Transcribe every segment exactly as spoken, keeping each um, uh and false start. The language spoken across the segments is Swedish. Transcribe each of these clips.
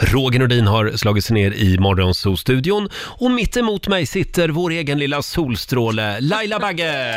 Roger Nordin har slagit sig ner i Morgonzoo-studion och mitt emot mig sitter vår egen lilla solstråle Laila Bagge.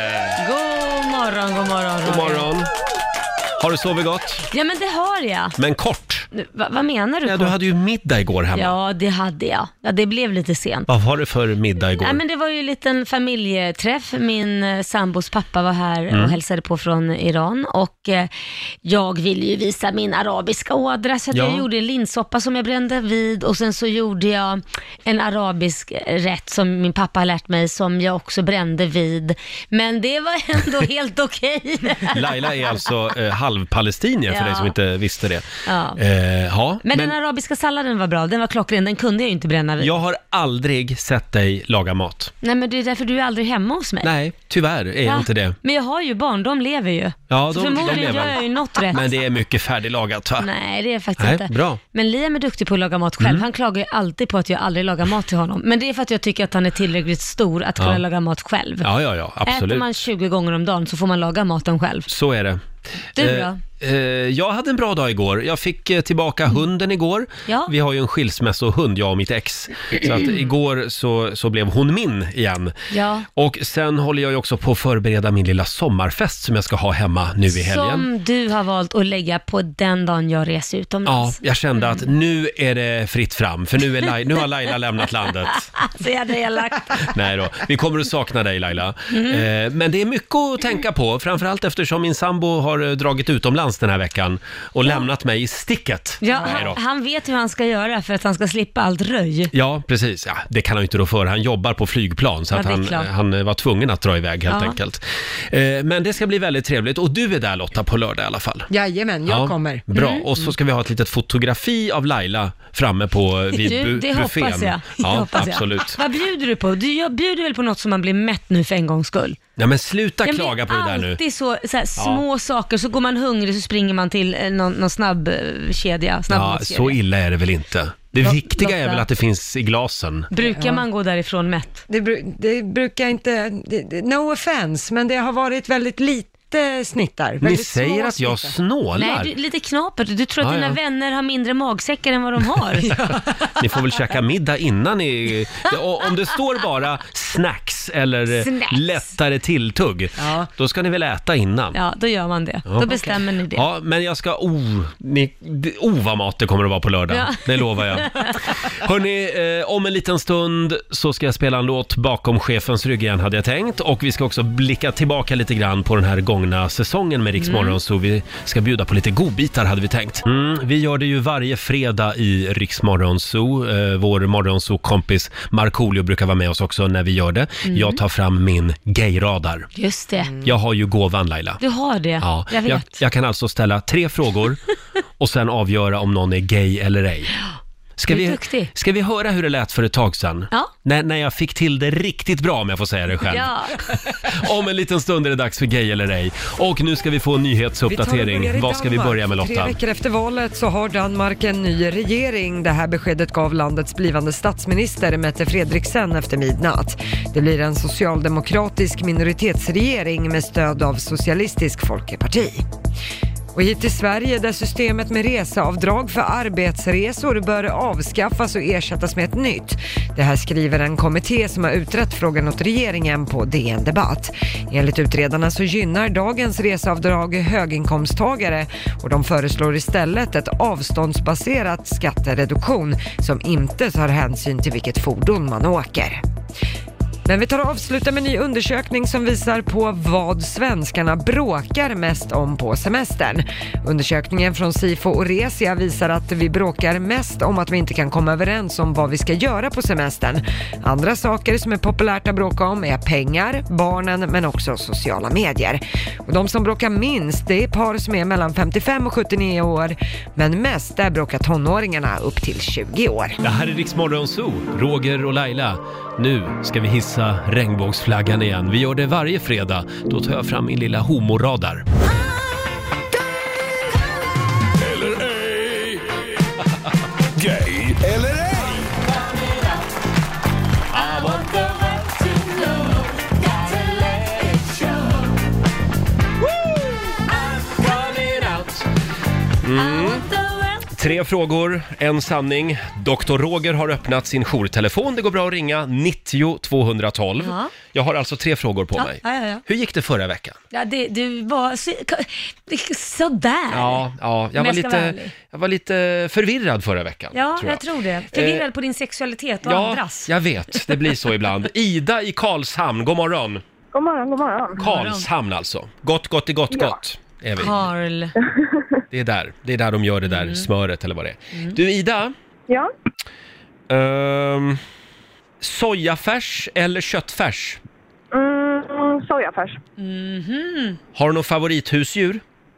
God morgon, god morgon, Roger. God morgon. Har du sovit gott? Ja, men det har jag. Men kort. Va, vad menar du? Ja, kort? du hade ju middag igår hemma. Ja, det hade jag. Ja, det blev lite sent. Vad var det för middag igår? Ja, men det var ju en liten familjeträff. Min eh, sambos pappa var här mm. och hälsade på från Iran. Och eh, jag ville ju visa min arabiska ådra. Så att ja. jag gjorde en linssoppa som jag brände vid. Och sen så gjorde jag en arabisk rätt som min pappa har lärt mig. Som jag också brände vid. Men det var ändå helt okej. Laila är alltså eh, halvpalestinier för ja. dig som inte visste det. Ja. Eh, ja, men, men den arabiska salladen var bra. Den var klockren. Den kunde jag ju inte bränna vid. jag har aldrig sett dig laga mat. Nej, men det är därför du är aldrig hemma hos mig. Nej, tyvärr är jag ja. inte det. Men jag har ju barn, de lever ju. Ja, så de, förmodligen de gör jag ju något rätt. Men det är mycket färdiglagat, va? Nej, det är faktiskt Nej, inte. bra. Men Liam är duktig på att laga mat själv. Mm. Han klagar ju alltid på att jag aldrig lagar mat till honom. Men det är för att jag tycker att han är tillräckligt stor att kunna ja. laga mat själv. Ja, ja, ja, absolut. Äter man tjugo gånger om dagen så får man laga maten själv. Så är det. Du då? Eh, eh, jag hade en bra dag igår. Jag fick eh, tillbaka hunden igår. Ja. Vi har ju en skilsmässohund, jag och mitt ex. Så att igår så, så blev hon min igen. Ja. Och sen håller jag ju också på att förbereda min lilla sommarfest som jag ska ha hemma nu i helgen. Som du har valt att lägga på den dagen jag reser utomlands. Ja, jag kände att nu är det fritt fram. För nu, är Lai- nu har Laila lämnat landet. Så jag hade jag lagt. Nej då, vi kommer att sakna dig Laila. Mm. Eh, men det är mycket att tänka på. Framförallt eftersom min sambo har dragit utomlands den här veckan och ja. lämnat mig i sticket. Ja, han, han vet hur han ska göra för att han ska slippa allt röj. Ja, precis. Ja, det kan han ju inte då för. Han jobbar på flygplan så ja, att han, han var tvungen att dra iväg helt ja. enkelt. Eh, men det ska bli väldigt trevligt. Och du är där Lotta på lördag i alla fall. Jajamän, jag ja, kommer. Bra, mm. och så ska vi ha ett litet fotografi av Laila framme på vid bu- det buffén. Hoppas jag. Ja, hoppas absolut. Jag. Vad bjuder du på? Du jag bjuder väl på något som man blir mätt nu för en gångs skull? Ja, men sluta jag klaga på det där nu. Det är alltid så, så här, små ja. saker, så går man hungrig så springer man till någon, någon snabb kedja. Ja, så illa är det väl inte. Det L- viktiga Lotta. är väl att det finns i glasen. Brukar ja. man gå därifrån mätt? Det, bru- det brukar inte, det, det, no offense, men det har varit väldigt lite snittar. Ni säger att jag snittar. snålar. Nej, du, lite knapert. Du tror att ja, dina ja. vänner har mindre magsäckar än vad de har. ja. Ni får väl käka middag innan ni... Om det står bara snacks eller snacks. lättare tilltugg, ja. då ska ni väl äta innan. Ja, då gör man det. Ja. Då bestämmer okay. ni det. Ja, men jag ska... Oh, ni, oh, vad mat det kommer att vara på lördag. Ja. Det lovar jag. Hörrni, eh, om en liten stund så ska jag spela en låt bakom chefens rygg igen, hade jag tänkt. Och vi ska också blicka tillbaka lite grann på den här gången säsongen med Rix Morgon, så vi ska bjuda på lite godbitar hade vi tänkt. Mm, vi gör det ju varje fredag i Rix Morgon Zoo. Eh, vår Morgonzoo-kompis Markoolio brukar vara med oss också när vi gör det. Mm. Jag tar fram min gayradar. Just det. Mm. Jag har ju gåvan, Laila. Du har det, ja. jag vet. Jag, jag kan alltså ställa tre frågor och sen avgöra om någon är gay eller ej. Ska vi, ska vi höra hur det lät för ett tag sedan? Ja. När, när jag fick till det riktigt bra, om jag får säga det själv. Ja. Om en liten stund är det dags för gay eller ej. Och nu ska vi få en nyhetsuppdatering. Vad ska vi börja med, Lotta? Tre veckor efter valet så har Danmark en ny regering. Det här beskedet gav landets blivande statsminister Mette Frederiksen efter midnatt. Det blir en socialdemokratisk minoritetsregering med stöd av Socialistisk Folkeparti. Och hit till Sverige där systemet med reseavdrag för arbetsresor bör avskaffas och ersättas med ett nytt. Det här skriver en kommitté som har utrett frågan åt regeringen på D N Debatt. Enligt utredarna så gynnar dagens reseavdrag höginkomsttagare och de föreslår istället ett avståndsbaserat skattereduktion som inte tar hänsyn till vilket fordon man åker. Men vi tar och avslutar med en ny undersökning som visar på vad svenskarna bråkar mest om på semestern. Undersökningen från Sifo och Resia visar att vi bråkar mest om att vi inte kan komma överens om vad vi ska göra på semestern. Andra saker som är populärt att bråka om är pengar, barnen men också sociala medier. Och de som bråkar minst, det är par som är mellan femtiofem och sjuttionio år, men mest där bråkar tonåringarna upp till tjugo år. Det här är Rix Morgon Zoo, Roger och Laila. Nu ska vi hissa regnbågsflaggan igen. Vi gör det varje fredag. Då tar jag fram min lilla homoradar. Eller ej. Gay eller ej. I want the world to know. Got to let it show. Woo! I'm coming out. Mm. Tre frågor, en sanning. doktor Roger har öppnat sin jourtelefon. Det går bra att ringa nittio tvåhundratolv. Ja. Jag har alltså tre frågor på Ja, mig. ja, ja, ja. Hur gick det förra veckan? Ja, det, du var så, sådär. Ja, ja jag, Men var jag ska vara lite, ärlig. jag var lite förvirrad förra veckan. Ja, tror jag. jag tror det. Förvirrad på din sexualitet och Ja, andras. jag vet. Det blir så ibland. Ida i Karlshamn, god morgon. God morgon, god morgon. Karlshamn alltså. Gott, gott i gott, Ja. gott. Är vi. Karl. Det är där. Det är där de gör det där smöret eller vad det är. Du Ida, Ja, um, sojafärs eller köttfärs? mm, sojafärs. Mhm. Har du någon favorithusdjur?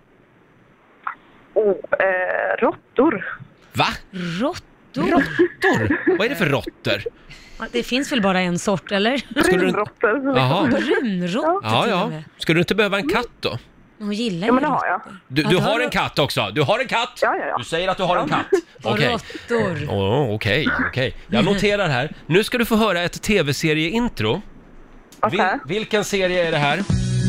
Oh, eh, råttor. Va? Råttor. Råttor? Vad är det för råttor? Ja, det finns väl bara en sort, eller? Skulle du... Brunråttor. Jaha. Brunråttor Ja, till och ja. med. Skulle du inte behöva en katt då? Hon gillar Ja, men ju det har jag. råttor. Du, Ja, du det har du. en katt också. Du har en katt? Ja, ja, ja. Du säger att du har en katt. Och Okej. råttor. Åh, Okej, okej. Jag noterar här. Nu ska du få höra ett tv-serieintro. Okej. Vil- vilken serie är det här?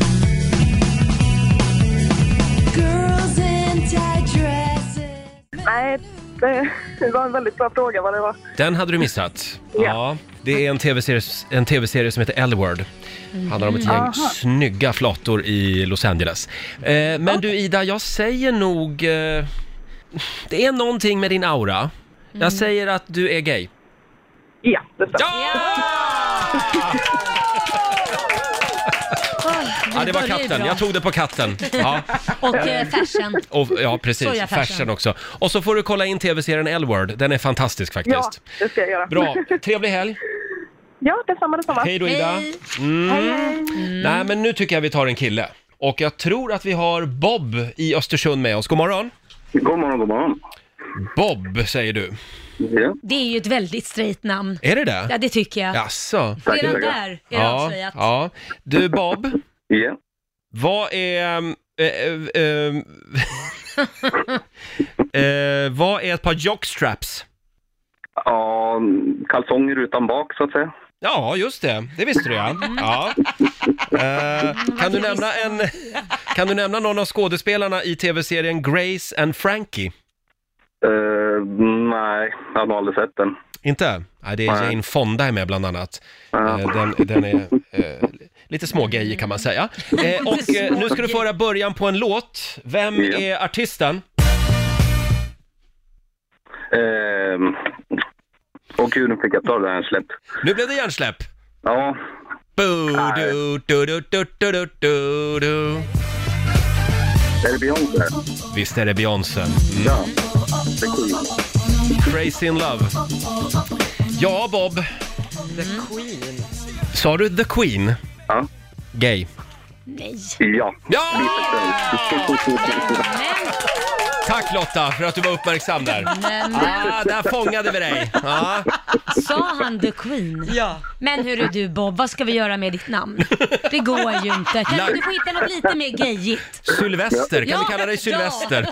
Nej, det, det var en väldigt bra fråga vad det var. Den hade du missat. Ja. Ja, det är en tv-serie, en tv-serie som heter L-Word. Handlar om ett gäng Aha. snygga flator i Los Angeles. Eh, men du Ida, jag säger nog... Eh, det är någonting med din aura. Jag säger att du är gay. Ja, det stämmer. Ja! Ja, det var börjar ju katten. bra. Jag tog det på katten. Ja, Och eh, färsen. och, ja precis. Sojafärsen. Färsen också. Och så får du kolla in tv-serien L-Word. Den är fantastisk Ja, faktiskt. det ska jag göra. Bra. Trevlig helg. Ja, detsamma, detsamma. Hej då Ida. Hej. Mm. Hej, hej. Nej, men nu tycker jag vi tar en kille. Och jag tror att vi har Bob i Östersund med oss. God morgon. God morgon, god morgon. Bob, säger du. Ja, Det är ju ett väldigt straight namn. Är det det? Ja, det tycker jag. Jaså? tackar, Redan tackar. där är det Ja, avslöjat. ja. Du Bob, Ja. vad är... ähm, äh, äh, äh, vad är ett par jockstraps? ja, kalsonger utan bak så att säga. Ja, just det. Det visste du ja. ja. Eh, kan, du nämna en, kan du nämna någon av skådespelarna i tv-serien Grace and Frankie? Uh, nej, jag har nog aldrig sett den. Inte? Nej, det är Nej. Jane Fonda är med bland annat. Ja. Eh, den, den är eh, lite smågay kan man säga. Eh, och eh, nu ska du få höra början på en låt. Vem Ja. är artisten? Uh, och gud, nu fick jag ta det här släpp. Nu blev det hjärnsläpp. Ja, Boo, du, du, du, du, du, du, du, du. är det Beyoncé? Visst är det Beyoncé. Mm. Ja, det är cool. Crazy in Love. Ja, Bob. The Queen. Sa du The Queen? Ja, Gay. Nej. ja. Ja! Men, Tack Lotta för att du var uppmärksam där. men, Ah, där fångade vi dig. Ah. sa han The Queen? Ja. Men hörru du Bob, vad ska vi göra med ditt namn? Det går ju inte. Kan La- du få hitta något lite mer gayigt? Sylvester, kan Ja, vi kalla dig ja. Sylvester?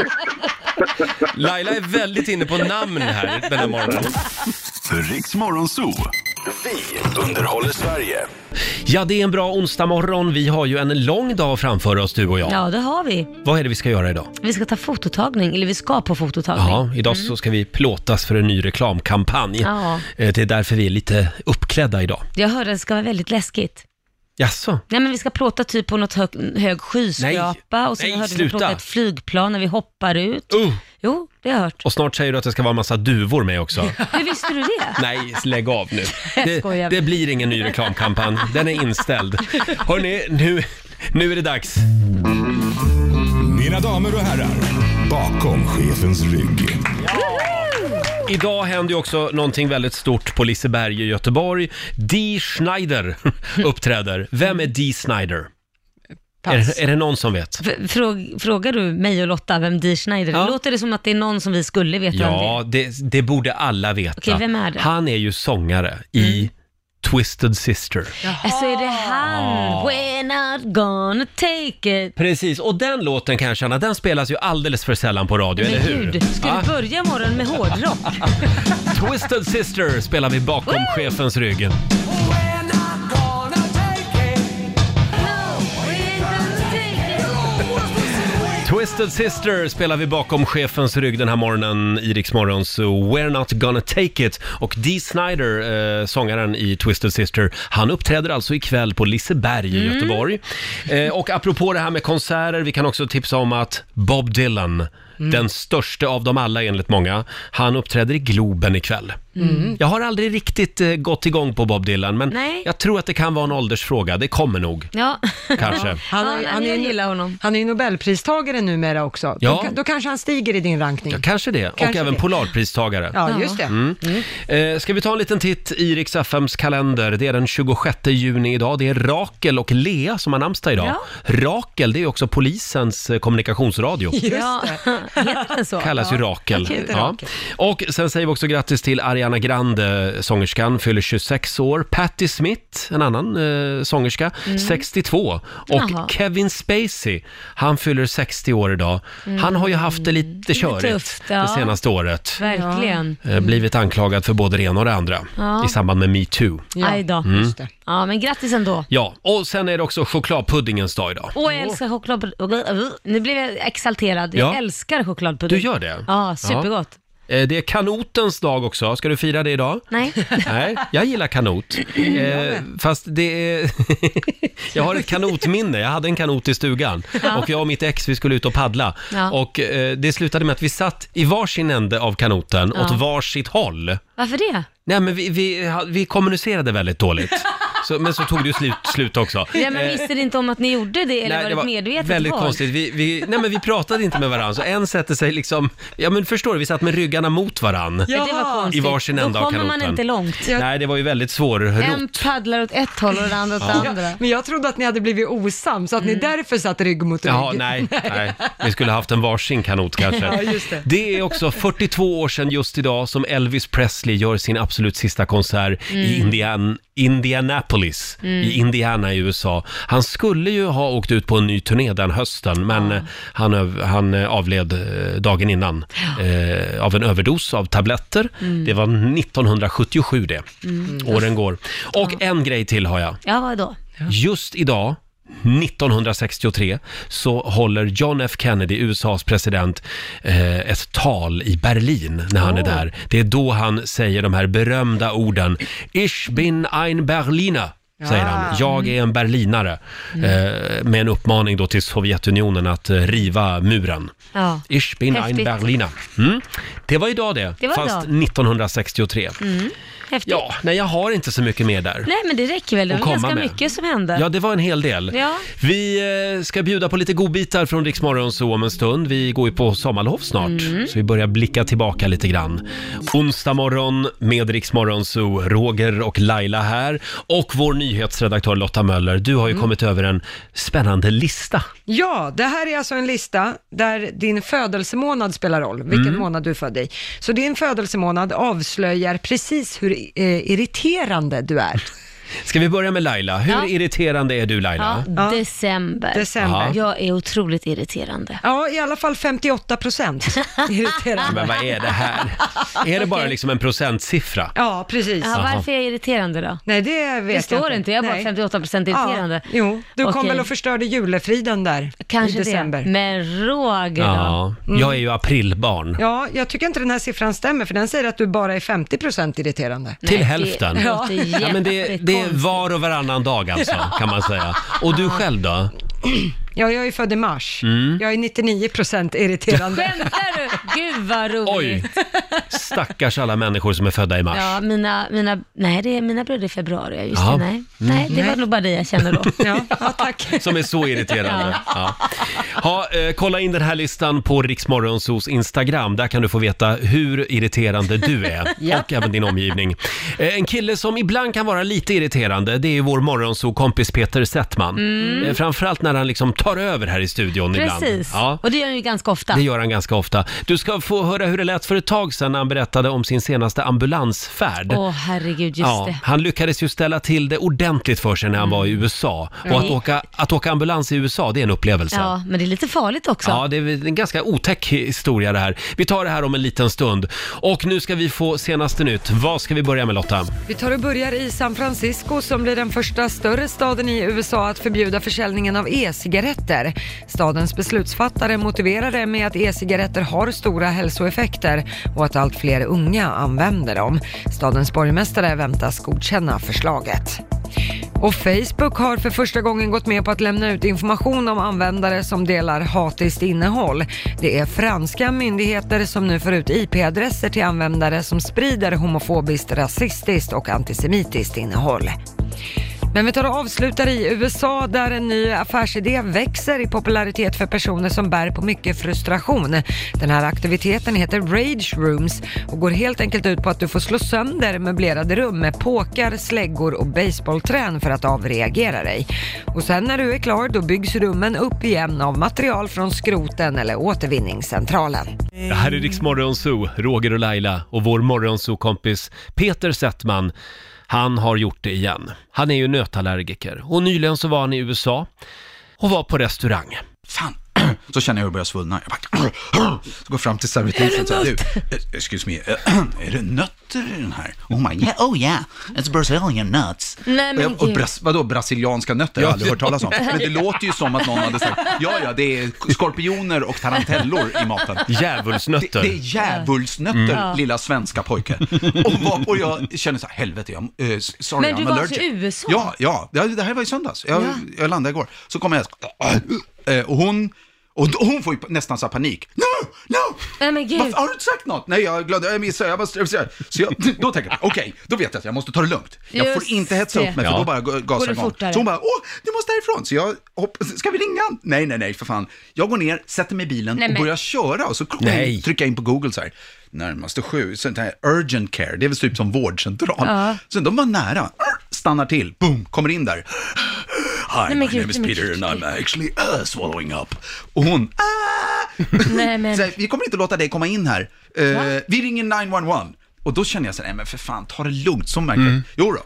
Laila är väldigt inne på namn här den här morgonen. Riks Morgonzoo. Vi underhåller Sverige. Ja, det är en bra onsdag morgon. Vi har ju en lång dag framför oss, du och jag. Ja, det har vi. Vad är det vi ska göra idag? Vi ska ta fototagning, eller vi ska på fototagning. Ja, idag så ska vi plåtas för en ny reklamkampanj. Ja. Eh, Det är därför vi är lite uppklädda idag. Jag hörde att det ska vara väldigt läskigt. Jaså? Nej, men vi ska plåta typ på något hög, hög skyskrapa och sen Nej, hörde vi sluta. plåta ett flygplan när vi hoppar ut. Uh. Jo, det har jag hört. Och snart säger du att det ska vara en massa duvor med också. Hur visste du det? Nej, lägg av nu. Det, skojar. det blir ingen ny reklamkampanj. Den är inställd. Hörrni, nu, nu är det dags. Mina damer och herrar, bakom chefens rygg. Idag händer ju också någonting väldigt stort på Liseberg i Göteborg. Dee Snider uppträder. Vem är Dee Snider? Pass. Är, är det någon som vet? F- Fråg, frågar du mig och Lotta vem Dee Snider är? Ja. Låter det som att det är någon som vi skulle veta vem det Ja, är? det, det borde alla veta. Okej, vem är det? Han är ju sångare i Twisted Sister. Alltså är det han? Ja. We're not gonna take it. Precis, och den låten kan jag känna, den spelas ju alldeles för sällan på radio, Men eller hur? gud, ska Ja. vi börja morgonen med hårdrock? Twisted Sister spelar vi bakom chefens rygg. Twisted Sister spelar vi bakom chefens rygg den här morgonen i Rix Morgon, så We're Not Gonna Take It. Och Dee Snider, eh, sångaren i Twisted Sister, han uppträder alltså ikväll på Liseberg i Göteborg. Eh, och apropå det här med konserter, vi kan också tipsa om att Bob Dylan, Mm. den största av dem alla enligt många, han uppträder i Globen ikväll. Mm. Jag har aldrig riktigt eh, gått igång på Bob Dylan, men Nej. jag tror att det kan vara en åldersfråga. Det kommer nog. Ja. Kanske. Han, Ja, är- nej, han, jag är, gillar honom. han är ju Nobelpristagare numera också. Ja. Då, då kanske han stiger i din rankning. Ja, kanske det. och Kanske även det. Polarpristagare. Ja, just det. Mm. Eh, ska vi ta en liten titt i Rix F M:s kalender? Det är den tjugosjätte juni idag. Det är Rakel och Lea som har namnsdag idag. Rakel, det är också polisens eh, kommunikationsradio. Just Ja, det. heter den så? Kallas ju Rakel. Kul. Ja. Rakel. Och sen säger vi också grattis till Ariana Grande, sångerskan, fyller tjugosex år. Patti Smith, en annan eh, sångerska, sextiotvå. Och Jaha. Kevin Spacey, han fyller sextio år idag. Han har ju haft det lite körigt tufft, ja. det senaste året. Verkligen. Eh, blivit anklagad för både det ena och det andra Ja. i samband med MeToo. Ja, Aj då. just det. Ja, men grattis ändå. Ja, och sen är det också chokladpuddingens dag idag. Åh, jag älskar choklad. Nu blev jag exalterad. Jag Ja. älskar chokladpudding. Du gör det? Ja, supergott. Eh, Det är kanotens dag också. Ska du fira det idag? Nej. Nej, jag gillar kanot. Eh, fast det är... jag har ett kanotminne. Jag hade en kanot i stugan. Och jag och mitt ex, vi skulle ut och paddla. Ja. Och eh, det slutade med att vi satt i varsin ände av kanoten, Ja. åt varsitt håll. Varför det? Nej, men vi, vi, vi kommunicerade väldigt dåligt. Så, men så tog det ju slut, slut också. Ja, men Eh, visste ni inte om att ni gjorde det? Eller Nej, var det ett medvetet väldigt val? konstigt. Vi, vi, nej, men vi pratade inte med varandra. Så en sätter sig liksom... Ja, men förstår du? Vi satt med ryggarna mot varann. Ja, det var Jaha. konstigt. I varsin ända Då av kommer man kanoten. inte långt. Nej, det var ju väldigt svår En rot. paddlar åt ett håll och den andra åt det andra. Men jag trodde att ni hade blivit osams, så att ni därför satt rygg mot rygg. Jaha, nej, nej. Vi skulle haft en varsin kanot kanske. Ja, just det. Det är också fyrtiotvå år sedan just idag som Elvis Presley gör sin absolut sista konsert i Indian, Indianapolis i Indiana i U S A. Han skulle ju ha åkt ut på en ny turné den hösten, men eh, han, öv- han eh, avled eh, dagen innan eh, av en överdos av tabletter. Det var nittonhundrasjuttiosju det. Åren går. Och en grej till har jag. Ja, vad då? Just idag, nittonhundrasextiotre, så håller John F. Kennedy, U S A's president, eh, ett tal i Berlin när han är där. Det är då han säger de här berömda orden Ich bin ein Berliner, säger han. Jag är en berlinare. Eh, med en uppmaning då till Sovjetunionen att eh, riva muren. Ja. Ich bin ein Häftigt. Berliner. Mm. Det var idag det, Det var fast idag. nittonhundrasextiotre. Häftigt. Ja, nej, jag har inte så mycket mer där. Nej, men det räcker väl. Det Och var komma ganska med. mycket som hände. Ja, det var en hel del. Ja. Vi eh, ska bjuda på lite godbitar från Rix Morgon Zoo om en stund. Vi går ju på sommarlov snart, Mm. så vi börjar blicka tillbaka lite grann. Onsdag morgon med Rix Morgon Zoo, Roger och Laila här. Och vår nyhetsredaktör Lotta Möller, du har ju kommit över en spännande lista. Ja, det här är alltså en lista där din födelsemånad spelar roll, vilken Mm. månad du är född i. Så din födelsemånad avslöjar precis hur eh, irriterande du är. Ska vi börja med Laila? Hur Ja. irriterande är du, Laila? Ja, december. December. Jag är otroligt irriterande. Ja, i alla fall femtioåtta procent irriterande. Men vad är det här? Är det bara liksom en procentsiffra? Ja, precis. Ja, varför är jag irriterande då? Nej, det vet Det jag står inte, jag är bara Nej. femtioåtta procent irriterande. Ja, jo, du kom Okej. väl och förstörde julefriden där Kanske i december. det. Men Roger då? Ja, jag är ju aprilbarn. Ja, jag tycker inte den här siffran stämmer, för den säger att du bara är femtio procent irriterande. Till Nej, hälften. Det låter Ja, men det, det är jättekonstigt. var och varannan dag alltså, kan man säga. Och du själv då? Ja, jag är född i mars. Mm. Jag är nittionio procent irriterande. Skämtar du? Gud vad roligt. Oj, stackars alla människor som är födda i mars. Ja, mina, mina, nej det är mina bröder i februari, ja, just Ja. det, nej. Nej, det var nog bara det jag känner då. Ja, ja, tack. Som är så irriterande. Ja. Ha, eh, kolla in den här listan på Rix Morgonzoos Instagram. Där kan du få veta hur irriterande du är. Och även din omgivning. Eh, en kille som ibland kan vara lite irriterande, det är vår morgonzoo-kompis Peter Settman. Eh, framförallt när han liksom tar över här i studion ibland. Precis, Ja. och det gör han ju ganska ofta. Det gör han ganska ofta. Du ska få höra hur det lät för ett tag sedan när han berättade om sin senaste ambulansfärd. Åh herregud, just Ja, det. han lyckades ju ställa till det ordentligt för sig när han var i U S A. Och att Mm. åka, att åka ambulans i U S A, det är en upplevelse. Ja, men det är lite farligt också. Ja, det är en ganska otäck historia det här. Vi tar det här om en liten stund. Och nu ska vi få senaste nytt. Vad ska vi börja med, Lotta? Vi tar och börjar i San Francisco, som blir den första större staden i U S A att förbjuda försäljningen av e-cigaretter e-cigaretter. Stadens beslutsfattare motiverar det med att e-cigaretter har stora hälsoeffekter och att allt fler unga använder dem. Stadens borgmästare väntas godkänna förslaget. Och Facebook har för första gången gått med på att lämna ut information om användare som delar hatiskt innehåll. Det är franska myndigheter som nu får ut I P-adresser till användare som sprider homofobiskt, rasistiskt och antisemitiskt innehåll. Men vi tar och avslutar i U S A där en ny affärsidé växer i popularitet för personer som bär på mycket frustration. Den här aktiviteten heter Rage Rooms och går helt enkelt ut på att du får slå sönder möblerade rum med påkar, släggor och baseballträn för att avreagera dig. Och sen när du är klar då byggs rummen upp igen av material från skroten eller återvinningscentralen. Det här är Rix Morgonzoo, Roger och Laila och vår Morgonzoo-kompis Peter Settman. Han har gjort det igen. Han är ju nötallergiker och nyligen så var han i U S A och var på restaurang. Fan, så känner jag hur jag börjar svullna. Jag bara, så går fram till servitrisen och säger, du, excuse me, är det nötter i den här? Oh my, yeah, oh yeah, it's Brazilian nuts. Nej, men och, och bras, vadå, brasilianska nötter? Jag har aldrig hört talas om. Men det låter ju som att någon hade sagt, ja ja, det är skorpioner och tarantellor i maten. Djävulsnötter. Det, det är djävulsnötter, mm. lilla svenska pojke. Och, var, och jag känner så här, helvete, jag, uh, sorry, men du I'm var allergic. i U S A? Ja, ja, det här var i söndags. Jag, ja. jag landade igår. Så kommer jag, och hon... Och hon får ju nästan så panik. No, no! Nej, men gud. Varför, har du inte sagt något? Nej, jag är glad, jag missar, jag bara stressar. Så jag, då tänker jag, okej, okay, då vet jag att jag måste ta det lugnt. Jag Just får inte hetsa upp mig, för ja. då bara gasar igång. Så hon bara, åh, du måste härifrån. Så jag, hopp, ska vi ringa? Nej, nej, nej, för fan. Jag går ner, sätter mig i bilen nej, och börjar köra. Och så nej. trycker jag in på Google så här. Närmaste sju, så här, urgent care, det är väl typ som vårdcentral. Ja. Så de var nära, stannar till, boom, kommer in där. Hi, my name is Peter and I'm actually uh, swallowing up. Och hon, ah! Nej, men... så, vi kommer inte låta dig komma in här. Uh, vi ringer nio ett ett. Och då känner jag så här, nej men för fan, ta det lugnt, som märker. Mm. Jo då.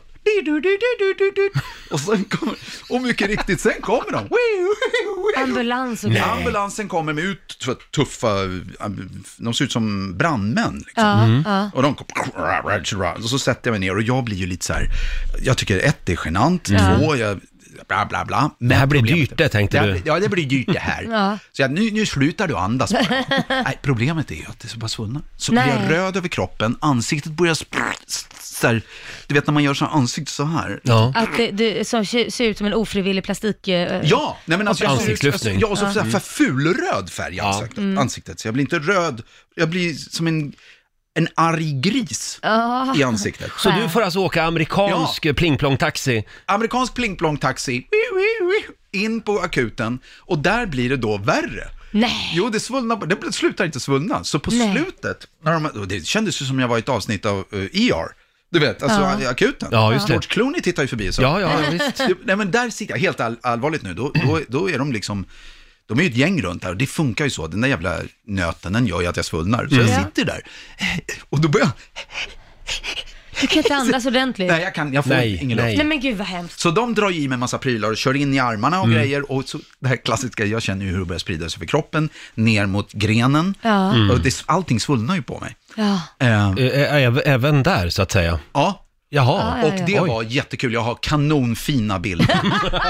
Och sen kommer, och mycket riktigt, sen kommer de. Ambulans och Ambulansen kommer med ut tuffa, de ser ut som brandmän liksom. Ja, mm. ja. Och de kommer, och så sätter jag mig ner och jag blir ju lite så här, jag tycker ett, det är genant, mm. två, jag bla bla bla. Men det här blir dyrt det, tänkte det du. Blir, ja, det blir dyrt det här. Ja. Så jag, nu, nu slutar du andas bara. Nej, problemet är ju att det är så bara svullna. Så blir jag röd över kroppen, ansiktet börjar så här, du vet när man gör så ansikte så här. Ja. Att det, det så ser ut som en ofrivillig plastik. Uh, ja, nej men alltså jag ansiktslyftning. Jag har så, så här för fulröd färg i ansiktet, mm. ansiktet. Så jag blir inte röd, jag blir som en en arg gris oh. i ansiktet. Så du får alltså åka amerikansk ja. plingplong-taxi? Amerikansk plingplong-taxi in på akuten och där blir det då värre. Nej. Jo, det svullnar, det slutar inte svullna. Så på Nej. slutet, när de, det kändes ju som jag var i ett avsnitt av uh, E R. Du vet, alltså ja. akuten. Ja, just det. George Clooney tittar ju förbi så. Ja, ja, visst. Nej, men där sitter jag helt all, allvarligt nu. Då, då, då är de liksom... De är ju ett gäng runt här och det funkar ju så. Den där jävla nöten, den gör ju att jag svullnar. Så mm. jag sitter där och då börjar jag... Du kan inte andas ordentligt. Nej, jag kan, jag får nej, ingen luft. Nej, men gud vad hemskt. Så de drar i med massa prylar och kör in i armarna och mm. grejer. Och så det här klassiska, jag känner ju hur det börjar sprida sig för kroppen. Ner mot grenen. Ja. Mm. Och det, allting svullnar ju på mig. Ja. Äh, Även där, så att säga. Ja. Jaha. Ja, ja, ja. Och det Oj. var jättekul. Jag har kanonfina bilder.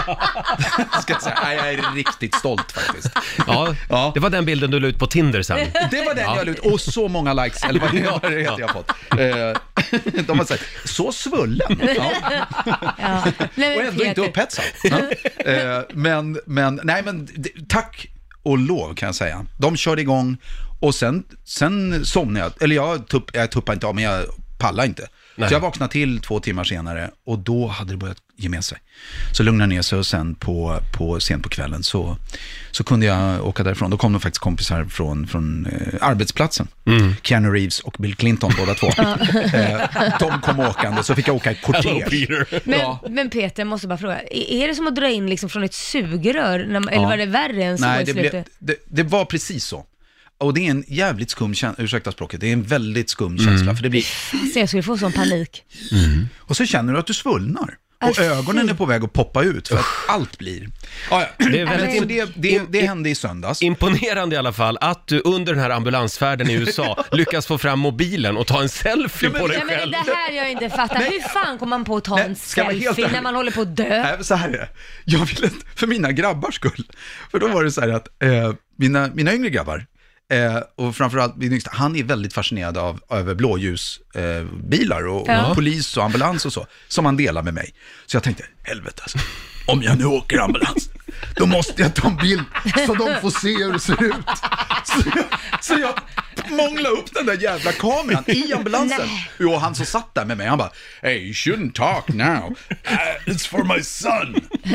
Ska jag säga. Jag är riktigt stolt faktiskt. Ja, ja. Det var den bilden du la ut på Tinder sen. Det var den ja. jag la ut. Och så många likes. Eller vad det, det heter jag fått. De har sagt, så svullen. Ja. Ja. Nej, och ändå inte upphetsad. Ja. Men, men, nej men, tack och lov kan jag säga. De körde igång och sen, sen somnade jag. Eller jag, tupp, jag tuppade inte av, men jag pallade inte. Nej. Så jag vaknade till två timmar senare och då hade det börjat ge med sig. Så lugnade ner sig och sen på, på, sent på kvällen så, så kunde jag åka därifrån. Då kom de faktiskt kompisar från, från eh, arbetsplatsen. Mm. Keanu Reeves och Bill Clinton, båda två. eh, de kom åkande så fick jag åka i kortege. Men, ja. men Peter, jag måste bara fråga. Är det som att dra in liksom från ett sugrör? När, eller ja. var det värre än så? Nej, i det, slutet? blev, det, det var precis så. Och det är en jävligt skum känsla, ursäkta språket, det är en väldigt skum känsla. Mm. För det blir... Så jag skulle få sån panik. Mm. Och så känner du att du svullnar. Och ögonen är på väg att poppa ut för att allt blir. Ja, ja. Det är väldigt Men det, det, det hände i söndags. Imponerande i alla fall att du under den här ambulansfärden i U S A lyckas få fram mobilen och ta en selfie på dig Ja, men själv. det här jag inte fattar. Nej. Hur fan kommer man på att ta Nej, en ska jag vara helt selfie ärlig? när man håller på att dö? Nej, så här är det. Jag ville, för mina grabbars skull. För då var det så här att eh, mina, mina yngre grabbar, eh, och framförallt min yngsta, han är väldigt fascinerad av över blåljusbilar eh, bilar och, Ja. och polis och ambulans och så, som han delar med mig. Så jag tänkte, helvete alltså, om jag nu åker ambulans, då måste jag ta en bild så de får se hur det ser ut. Så jag, så jag månglade upp den där jävla kameran i ambulansen. Och han som satt där med mig, han bara, hey, you shouldn't talk now. Uh, it's for my son.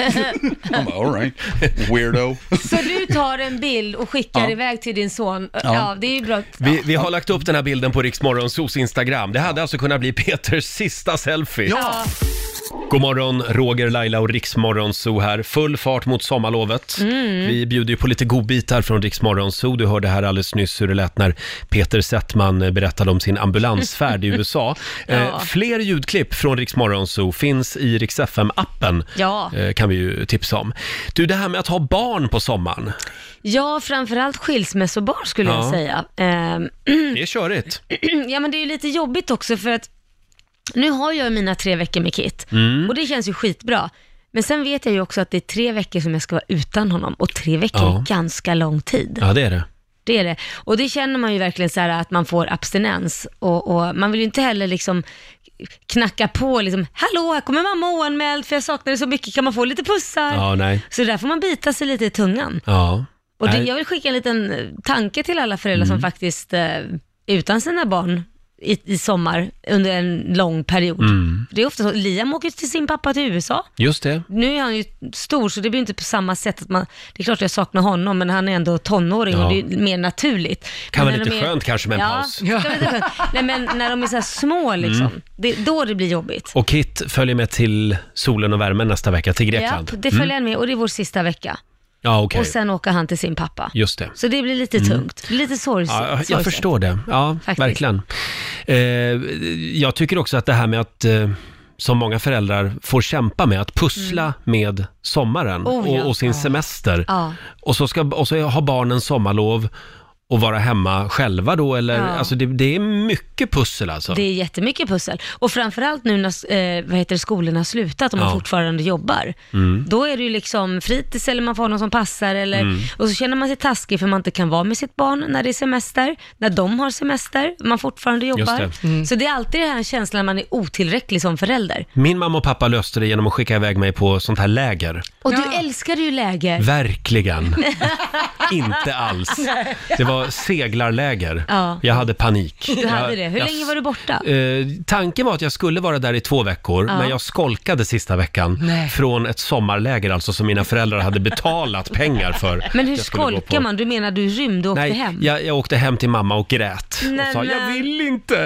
Han bara, all right, weirdo. Så du tar en bild och skickar Ja. iväg till din son. Ja, det är ju bra. Vi, vi har lagt upp den här bilden på Rix Morgonzos Instagram. Det hade alltså kunnat bli Peters sista selfie. Ja. God morgon, Roger, Laila och Rix Morgonzoo här. Full fart mot sommarlovet. Mm. Vi bjuder ju på lite godbitar från Rix Morgonzoo. Du hörde här alldeles nyss hur det lät när Peter Settman berättade om sin ambulansfärd i U S A. Ja. Eh, fler ljudklipp från Rix Morgonzoo finns i Rix F M-appen. Ja. Eh, kan vi ju tipsa om. Du, det här med att ha barn på sommaren. Ja, framförallt skilsmässobarn skulle Ja. jag säga. Ehm, Det är körigt. ja, men det är ju lite jobbigt också för att nu har jag mina tre veckor med Kit Mm. och det känns ju skitbra. Men sen vet jag ju också att det är tre veckor som jag ska vara utan honom och tre veckor Ja. är ganska lång tid. Ja, det är det. Det är det. Och det känner man ju verkligen så här att man får abstinens och, och man vill ju inte heller liksom knacka på liksom, hallå, här kommer mamma oanmäld för jag saknar det så mycket, kan man få lite pussar? Ja, nej. Så där får man bita sig lite i tungan. Ja. Och det, Nej. jag vill skicka en liten tanke till alla föräldrar som faktiskt eh, utan sina barn i, i sommar under en lång period. Mm. Det är ofta så, Liam åker till sin pappa till U S A. Just det. Nu är han ju stor så det blir inte på samma sätt att man, det är klart jag saknar honom men han är ändå tonåring Ja. och det är mer naturligt. Kan Men vara när lite de är- skönt kanske med en ja, paus. Ja, kan vara lite skönt. Nej men när de är så här små liksom, det, då det blir jobbigt. Och Kit följer med till solen och värmen nästa vecka till Grekland. Ja, det följer han med och det är vår sista vecka. Ja, okej. Och sen åker han till sin pappa. Just det. Så det blir lite tungt. Det blir lite sorgset. Ja, jag, jag sorgset. förstår det. Ja, Faktiskt. verkligen. Eh, jag tycker också att det här med att, eh, som många föräldrar får kämpa med, att pussla med sommaren Mm. Oh, ja. och, och sin Ja. semester. Ja. Och så, ska, och så har barnen sommarlov och vara hemma själva då, eller? Ja. Alltså det, det är mycket pussel alltså. Det är jättemycket pussel. Och framförallt nu när eh, vad heter det, skolorna har slutat och man Ja. fortfarande jobbar. Mm. Då är det ju liksom fritids eller man får någon som passar. Eller, Mm. Och så känner man sig taskig för man inte kan vara med sitt barn när det är semester. När de har semester, man fortfarande jobbar. Just det. Så det är alltid den här känslan att man är otillräcklig som förälder. Min mamma och pappa löste det genom att skicka iväg mig på sånt här läger. Och du älskar ju läger. Verkligen. Inte alls. Det var seglarläger. Ja. Jag hade panik. Du hade jag, det. Hur jag, länge var du borta? Eh, tanken var att jag skulle vara där i två veckor, Ja. men jag skolkade sista veckan Nej. från ett sommarläger, alltså som mina föräldrar hade betalat pengar för. Men hur jag skulle gå skolkar på. man? Du menar du rymde och åkte Nej, hem? jag, jag åkte hem till mamma och grät Nej, och sa, jag men- vill inte.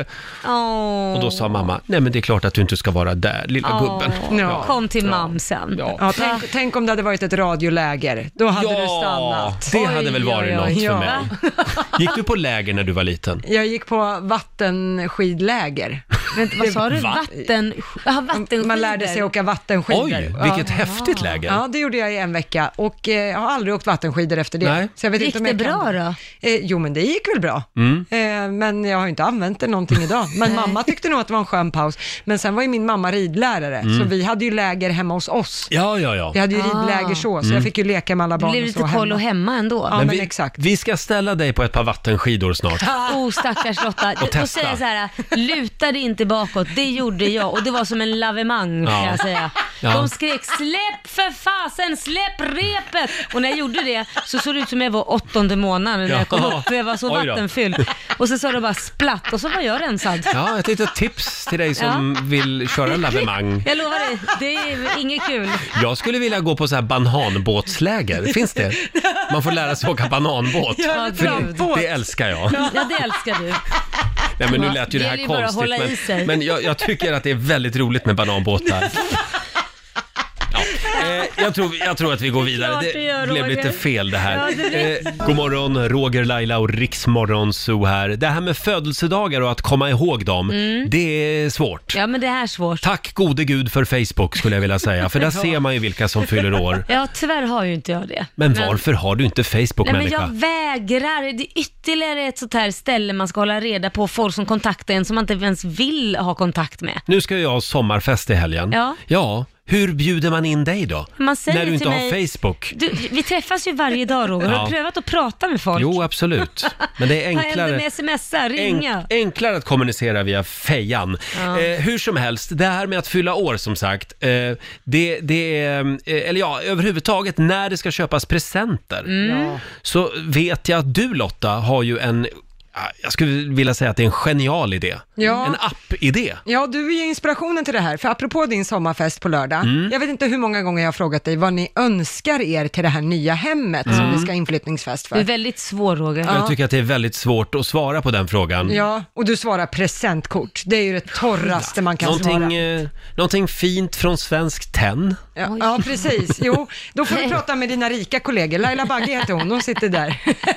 Åh. Och då sa mamma, nej men det är klart att du inte ska vara där, lilla Åh. gubben. Ja. Kom till mamsen. Ja. Ja, tänk, tänk om det hade varit ett radioläger. Då hade Ja, du stannat. det hade väl varit oj, något oj. för Ja. mig. Gick du på läger när du var liten? Jag gick på vattenskidläger. Vänta, vad sa du? Va? Vatten... Jaha, vattenskidor. Man lärde sig åka vattenskidor. Oj, Ja. vilket häftigt läger. Ja, det gjorde jag i en vecka och eh, jag har aldrig åkt vattenskidor efter det. Nej. Så jag vet Gick inte om det jag kan bra då? Eh, jo, men det gick väl bra. Mm. Eh, men jag har inte använt det någonting idag. Men mamma tyckte nog att det var en skön paus. Men sen var ju min mamma ridlärare, så vi hade ju läger hemma hos oss. Ja, ja, ja. Vi hade ju Ah. ridläger så, så jag fick ju leka med alla Det barn blev och lite så koll och hemma. hemma ändå. Ja, men, vi, exakt. vi ska ställa dig på ett par vattenskidor snart. Oh, stackars Lotta. Och, testa. säga så här, luta dig inte bakåt, det gjorde jag och det var som en lavemang Ja. kan jag säga. Ja. De skrek släpp för fasen, släpp repet! Och när jag gjorde det så såg det ut som jag var åttonde månaden när jag kom Ja. upp, för jag var så Oj då. vattenfylld. Och så sa det bara splatt och så var jag rensad. Ja, ett litet tips till dig som vill köra lavemang. Jag lovar dig, det är inget kul. Jag skulle vilja gå på så här bananbåtsläger. Finns det? Man får lära sig åka bananbåt. Ja, För gud. det, det älskar jag. Ja, det älskar du. Nej, men nu Ja, lät ju det det här gäller ju bara att konstigt. hålla i Men, sig. men jag, jag tycker att det är väldigt roligt med bananbåtar. Ja. Eh, Nej, jag tror, jag tror att vi går vidare. Klart du gör, Det blev Roger. lite fel det här. Ja, det blev- eh, god morgon, Roger, Laila och Riksmorgon Zoo här. Det här med födelsedagar och att komma ihåg dem, Mm. det är svårt. Ja, men det här är svårt. Tack gode gud för Facebook skulle jag vilja säga, för där ser man ju vilka som fyller år. Ja, tyvärr har ju inte jag det. Men varför har du inte Facebook, Nej, men människa? jag vägrar. Det är ytterligare ett sånt här ställe man ska hålla reda på, folk som kontaktar en som man inte ens vill ha kontakt med. Nu ska jag ha sommarfest i helgen. Ja. Ja, hur bjuder man in dig då? Man säger när du inte till har mig- Facebook? Du, vi träffas ju varje dag, Roger. Har Ja. du prövat att prata med folk? Jo, absolut. Men det är Vad händer enklare. med smsa? Ringa? Enk, enklare att kommunicera via fejan. Ja. Eh, hur som helst, det här med att fylla år som sagt, eh, det, det är, eh, eller ja, överhuvudtaget när det ska köpas presenter, Ja. så vet jag att du Lotta har ju en, jag skulle vilja säga att det är en genial idé. Ja. En app-idé. Ja, du är ju inspirationen till det här, för apropå din sommarfest på lördag, Mm. jag vet inte hur många gånger jag har frågat dig vad ni önskar er till det här nya hemmet som Mm. ni ska ha inflyttningsfest Du är för. väldigt svår, Roger. Jag tycker att det är väldigt svårt att svara på den frågan. Ja, och du svarar presentkort. Det är ju det torraste man kan Någonting, svara. eh, någonting fint från Svensk Tenn. Ja, ja, precis. Jo, då får du prata med dina rika kollegor. Laila Bagge heter hon, hon sitter där.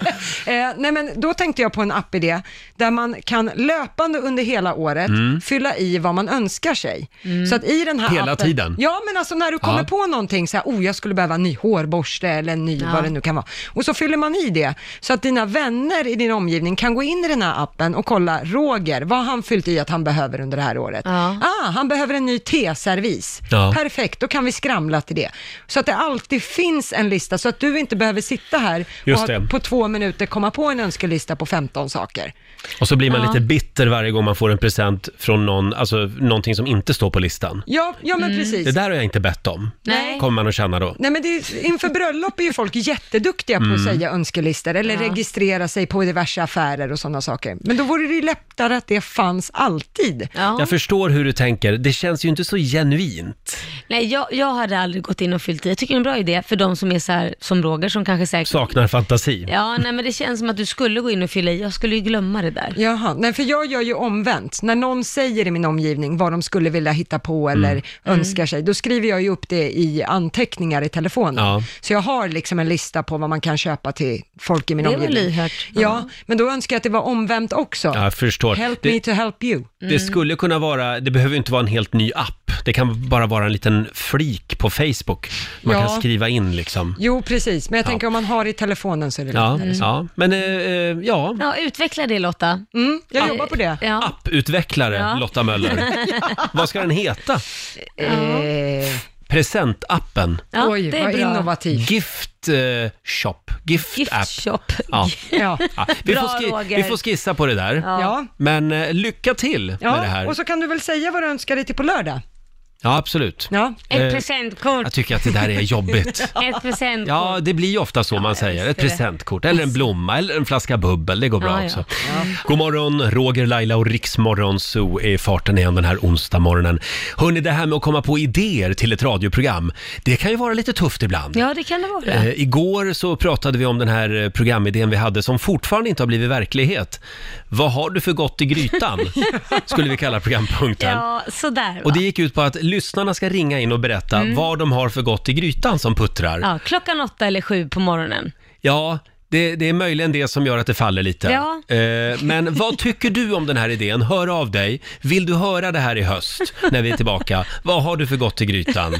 eh, nej, men då tänkte jag på en appidé där man kan löpande under hela året Mm. fylla i vad man önskar sig. Så att i den här Hela appen, tiden? Ja, men alltså när du kommer Ja. på någonting så här, oh, jag skulle behöva en ny hårborste eller en ny, Ja. vad det nu kan vara. Och så fyller man i det, så att dina vänner i din omgivning kan gå in i den här appen och kolla, Roger, vad har han fyllt i att han behöver under det här året? Ja. Ah, han behöver en ny teservis. Ja. Perfekt, då kan vi skramla till det. Så att det alltid finns en lista, så att du inte behöver sitta här Just och det. ha, på två minuter komma på en önskelista på femton saker. Och så blir man Ja. lite bitter varje gång man får en present från någon, alltså någonting som inte står på listan. Ja, ja men precis. Det där har jag inte bett om. Nej. Kommer man att känna då. Nej, men det är, inför bröllop är ju folk jätteduktiga på Mm. att säga önskelistor eller Ja. registrera sig på diverse affärer och sådana saker. Men då vore det ju lättare att det fanns alltid. Ja. Jag förstår hur du tänker. Det känns ju inte så genuint. Nej, jag, jag hade aldrig gått in och fyllt i. Jag tycker det är en bra idé för de som är så här, som Roger, som kanske säkert... Saknar fantasi. Ja, nej, men det känns som att du skulle gå in och fylla i. Jag skulle ju glömma det där. Jaha, nej, för jag gör ju omvänt. När någon säger i min omgivning vad de skulle vilja hitta på eller önskar sig, då skriver jag ju upp det i anteckningar i telefonen. Ja. Så jag har liksom en lista på vad man kan köpa till folk i min Det var omgivning. lyhört. Ja. Ja. men då önskar jag att det var omvänt också. Jag förstår. Help Det, me to help you. det skulle kunna vara, det behöver ju inte vara en helt ny app. Det kan bara vara en liten flik på Facebook. Man Ja. kan skriva in liksom. Jo, precis. Men jag Ja. tänker om man har i telefonen så är det Ja, lättare. ja. Men eh, eh, ja, Ja, utveckla det Lotta. Mm, jag Ja. jobbar på det. Ja. apputvecklare Ja. Lotta Möller. Vad ska den heta? Eh, Presentappen. Ja, oj, det är vad bra. innovativt. Gift eh, shop. Gift, Gift app. shop. Ja. Ja. Ja, vi, Bra, får ski- Roger. vi får skissa på det där. Ja. Ja. Men eh, lycka till med det Ja, här. och så kan du väl säga vad du önskar dig till på lördag? Ja, absolut. Ja. Ett Eh, presentkort. Jag tycker att det där är jobbigt. Ett presentkort. Ja, det blir ju ofta så man jag säger. Ett älskar det. presentkort, eller en blomma, eller en flaska bubbel. Det går bra Ja, ja. också. God morgon, Roger, Laila och Riksmorgon Zoo är i farten igen den här onsdag morgonen. Hörrni, det här med att komma på idéer till ett radioprogram, det kan ju vara lite tufft ibland. Ja, det kan det vara. Eh, igår så pratade vi om den här eh, programidén vi hade som fortfarande inte har blivit verklighet. Vad har du för gott i grytan? Skulle vi kalla programpunkten. Ja, sådär va? Och det gick ut på att lyssnarna ska ringa in och berätta vad de har för gott i grytan som puttrar. Ja, klockan åtta eller sju på morgonen. Ja, det, det är möjligen det som gör att det faller lite. Ja. Eh, men vad tycker du om den här idén? Hör av dig. Vill du höra det här i höst när vi är tillbaka? Vad har du för gott i grytan?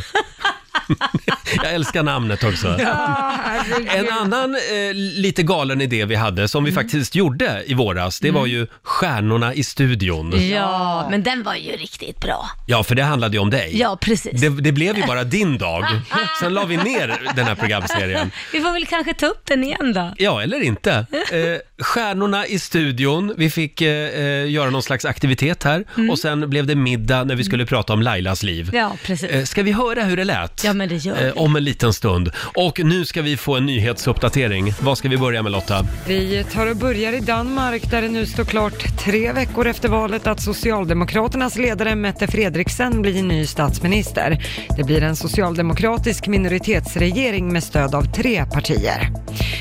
Jag älskar namnet också. En annan eh, lite galen idé vi hade, som vi faktiskt gjorde i våras, det var ju Stjärnorna i studion. Ja, men den var ju riktigt bra. Ja, för det handlade ju om dig. Ja, precis. Det, det blev ju bara din dag. Sen la vi ner den här programserien. Vi får väl kanske ta upp den igen då. Ja, eller inte. Eh, Stjärnorna i studion. Vi fick eh, eh, göra någon slags aktivitet här. Och sen blev det middag när vi skulle prata om Lailas liv. Ja, precis. Eh, ska vi höra hur det lät? Ja, men det gör vi. Eh, om en liten stund. Och nu ska vi få en nyhetsuppdatering. Vad ska vi börja med, Lotta? Vi tar och börjar i Danmark där det nu står klart tre veckor efter valet att Socialdemokraternas ledare Mette Frederiksen blir ny statsminister. Det blir en socialdemokratisk minoritetsregering med stöd av tre partier.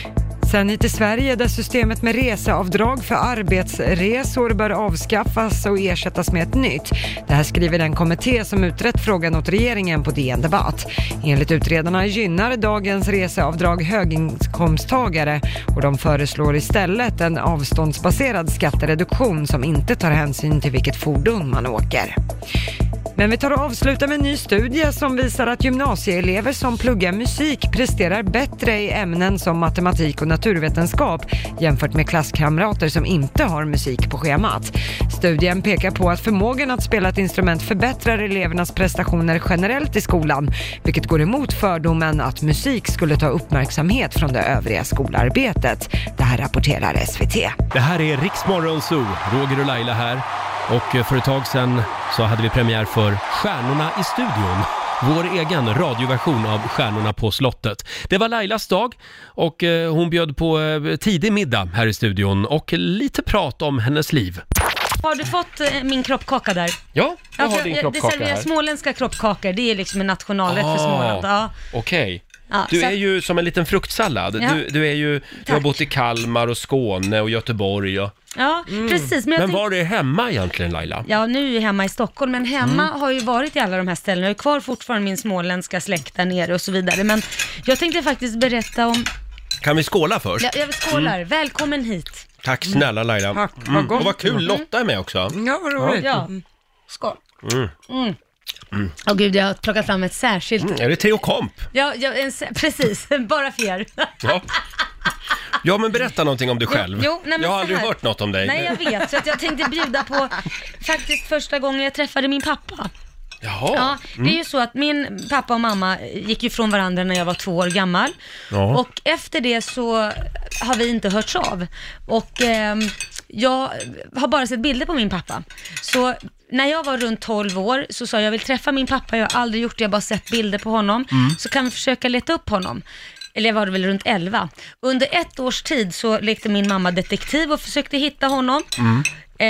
Sen hit till Sverige där systemet med reseavdrag för arbetsresor bör avskaffas och ersättas med ett nytt. Det här skriver den kommitté som utrett frågan åt regeringen på D N Debatt. Enligt utredarna gynnar dagens reseavdrag höginkomsttagare och de föreslår istället en avståndsbaserad skattereduktion som inte tar hänsyn till vilket fordon man åker. Men vi tar och avslutar med en ny studie som visar att gymnasieelever som pluggar musik presterar bättre i ämnen som matematik och naturvetenskap jämfört med klasskamrater som inte har musik på schemat. Studien pekar på att förmågan att spela ett instrument förbättrar elevernas prestationer generellt i skolan, vilket går emot fördomen att musik skulle ta uppmärksamhet från det övriga skolarbetet. Det här rapporterar S V T. Det här är Rix Morgon Zoo, Roger och Laila här. Och för ett tag sedan så hade vi premiär för Stjärnorna i studion. Vår egen radioversion av Stjärnorna på slottet. Det var Lailas dag och hon bjöd på tidig middag här i studion och lite prat om hennes liv. Har du fått eh, min kroppkaka där? Ja, jag har alltså, din det kroppkaka serverar här. småländska kroppkakor, det är liksom en nationalrätt ah, för Småland. Ja. Okej. Okay. Ja, du så... är ju som en liten fruktsallad. Ja. Du, du, är ju, du har bott i Kalmar och Skåne och Göteborg. Och... Ja, mm. precis. Men, men tänk... var är hemma egentligen, Laila? Ja, nu är jag hemma i Stockholm, men hemma Mm. har ju varit i alla de här ställena. Jag är kvar fortfarande min småländska släkt där nere och så vidare. Men jag tänkte faktiskt berätta om... Kan vi skåla först? Ja, jag skålar. Mm. Välkommen hit. Tack snälla Laila. Tack, vad mm. gott. Och vad kul, Lotta är med också. Ja, vad roligt. Ja, skål. Mm. Mm. Mm. Åh gud, jag har plockat fram ett särskilt... Mm, är det Theo Komp? Ja, ja en, precis. Bara för er. Ja. Ja, men berätta någonting om dig själv. Jo, nej, men jag har så aldrig här. hört något om dig. Nej, jag vet. Så att jag tänkte bjuda på faktiskt första gången jag träffade min pappa. Jaha. Ja, det är ju så att min pappa och mamma gick ju från varandra när jag var två år gammal. Ja. Och efter det så har vi inte hörts av. Och eh, jag har bara sett bilder på min pappa. Så när jag var runt tolv år så sa jag, jag vill träffa min pappa. Jag har aldrig gjort det, jag har bara sett bilder på honom. Mm. Så kan vi försöka leta upp honom. Eller jag var väl runt elva. Under ett års tid så lekte min mamma detektiv och försökte hitta honom. Mm.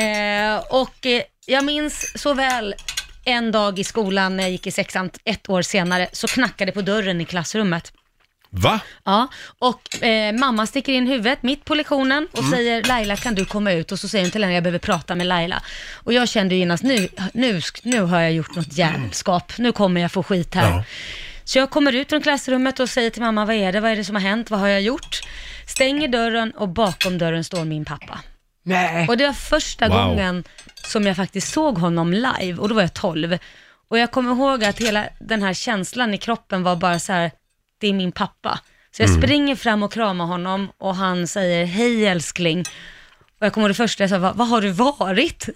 Eh, och eh, jag minns så väl en dag i skolan när jag gick i sexan, ett år senare, så knackade på dörren i klassrummet. Va? Ja, och eh, mamma sticker in huvudet mitt på lektionen och mm. säger, Laila, kan du komma ut? Och så säger hon till henne, jag behöver prata med Laila. Och jag kände ju genast, nu, nu, nu har jag gjort något jävelskap. Nu kommer jag få skit här. Ja. Så jag kommer ut från klassrummet och säger till mamma, vad är det? Vad är det som har hänt? Vad har jag gjort? Stänger dörren och bakom dörren står min pappa. Nej. Och det var första wow. gången som jag faktiskt såg honom live. Och då var jag tolv. Och jag kommer ihåg att hela den här känslan i kroppen var bara så här, det är min pappa. Så jag mm. springer fram och kramar honom och han säger, hej älskling. Och jag kommer ihåg det första, jag sa, vad, vad har du varit?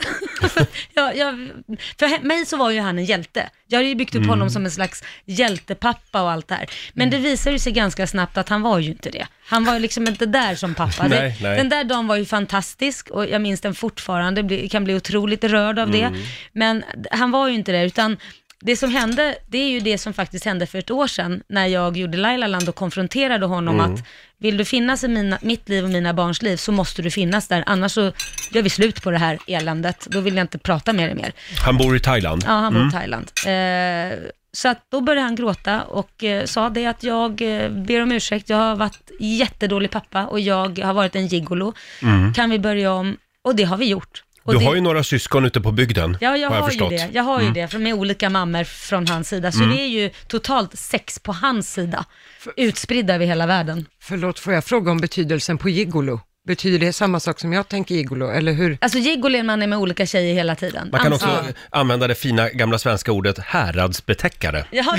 jag, jag, för mig så var ju han en hjälte. Jag hade ju byggt upp mm. honom som en slags hjältepappa och allt det här. Men mm. det visade sig ganska snabbt att han var ju inte det. Han var ju liksom inte där som pappa. nej, det, nej. Den där dagen var ju fantastisk och jag minns den fortfarande. Bli, kan bli otroligt rörd av det. Mm. Men han var ju inte det, utan det som hände, det är ju det som faktiskt hände för ett år sedan när jag gjorde Lailaland och konfronterade honom mm. att vill du finnas i mina, mitt liv och mina barns liv så måste du finnas där, annars så gör vi slut på det här eländet. Då vill jag inte prata med dig mer. Han bor i Thailand? Ja, han bor mm. i Thailand. Eh, så att då började han gråta och eh, sa det att jag eh, ber om ursäkt, jag har varit jättedålig pappa och jag har varit en gigolo. Mm. Kan vi börja om? Och det har vi gjort. Och du det... har ju några syskon ute på bygden. Ja, jag har, har jag ju det. Jag har mm. ju det, med olika mammor från hans sida. Så mm. det är ju totalt sex på hans sida. Utspridda över hela världen. Förlåt, får jag fråga om betydelsen på gigolo? Betyder det samma sak som jag tänker gigolo, eller hur? Alltså gigolo är man är med olika tjejer hela tiden. Man kan också Ansvar. använda det fina gamla svenska ordet häradsbetäckare. Ja,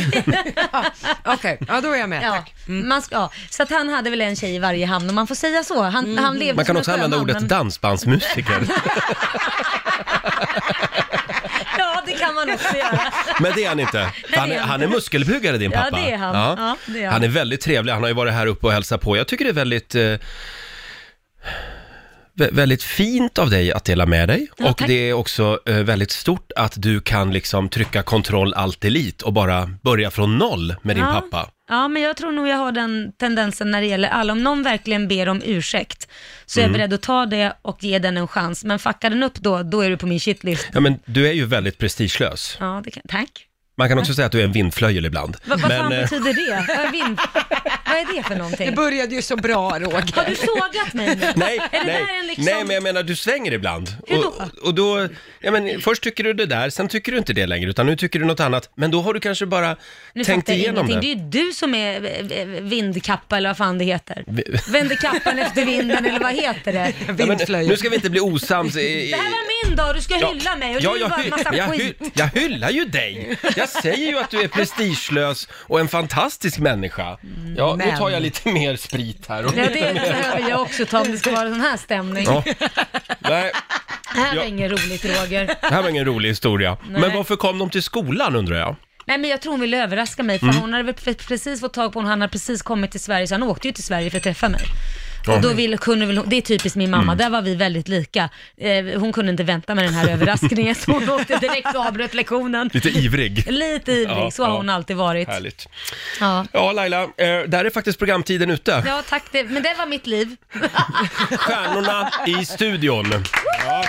okej, okay. Ja då är jag med, ja. tack. Mm. Man ska, ja. Så att han hade väl en tjej i varje hamn, och man får säga så. Han, mm. han levde man kan som också en använda sjöman, ordet men... dansbandsmusiker. Ja, det kan man också göra. Men det är han inte. Han är, han är muskelbyggare, din pappa. Ja, det är han. Ja. Ja, det är han. Han är väldigt trevlig. Han har ju varit här uppe och hälsat på. Jag tycker det är väldigt... Eh... väldigt fint av dig att dela med dig. Ja, och tack. det är också eh, väldigt stort att du kan liksom trycka kontroll allt elit och bara börja från noll med din ja. pappa. Ja, men jag tror nog jag har den tendensen när det gäller alla. Om någon verkligen ber om ursäkt så är Mm. jag beredd att ta det och ge den en chans. Men fuckar den upp då, då är du på min shitlist. Ja, men du är ju väldigt prestigelös. Ja, det kan, tack. Man kan också säga att du är en vindflöjel ibland. Va, vad fan eh, betyder det? Vad är, vind... vad är det för någonting? Det började ju så bra, Roger. Har du sågat mig nu? Nej, är det nej, där en liksom... nej, men jag menar du svänger ibland. Hur då? Och, och då, ja men först tycker du det där, sen tycker du inte det längre, utan nu tycker du något annat. Men då har du kanske bara nu tänkt jag igenom ingenting. det. Det är ju du som är eh, vindkappa eller vad fan det heter. Vänder kappan efter vinden eller vad heter det? Ja, men, nu ska vi inte bli osams. I, Det här var min dag, du ska hylla mig och ja, du är jag, bara en massa jag, skit. hy, jag hyllar ju dig. Jag säger ju att du är prestigelös och en fantastisk människa. Ja, Men. nu tar jag lite mer sprit här. Och Ja, lite det mer. behöver jag också ta om det ska vara sån här stämning. Ja. Nej, Det här var Ja. inget roligt, Roger. det här var ingen rolig historia. Nej. Men varför kom de till skolan undrar jag? Nej, men jag tror hon ville överraska mig, för Mm. hon hade väl pre- precis fått tag på honom, han hade precis kommit till Sverige, så han åkte ju till Sverige för att träffa mig. Ja. Och då ville, kunde väl, hon- det är typiskt min mamma, Mm. där var vi väldigt lika. Eh, hon kunde inte vänta med den här överraskningen, så hon åkte direkt och avbröt lektionen. Lite ivrig. Lite ivrig, Ja, så har ja. hon alltid varit. Härligt. Ja. Ja, Laila, eh, där är faktiskt programtiden ute. Ja, tack. Det, men det var mitt liv. Stjärnorna i studion. Ja.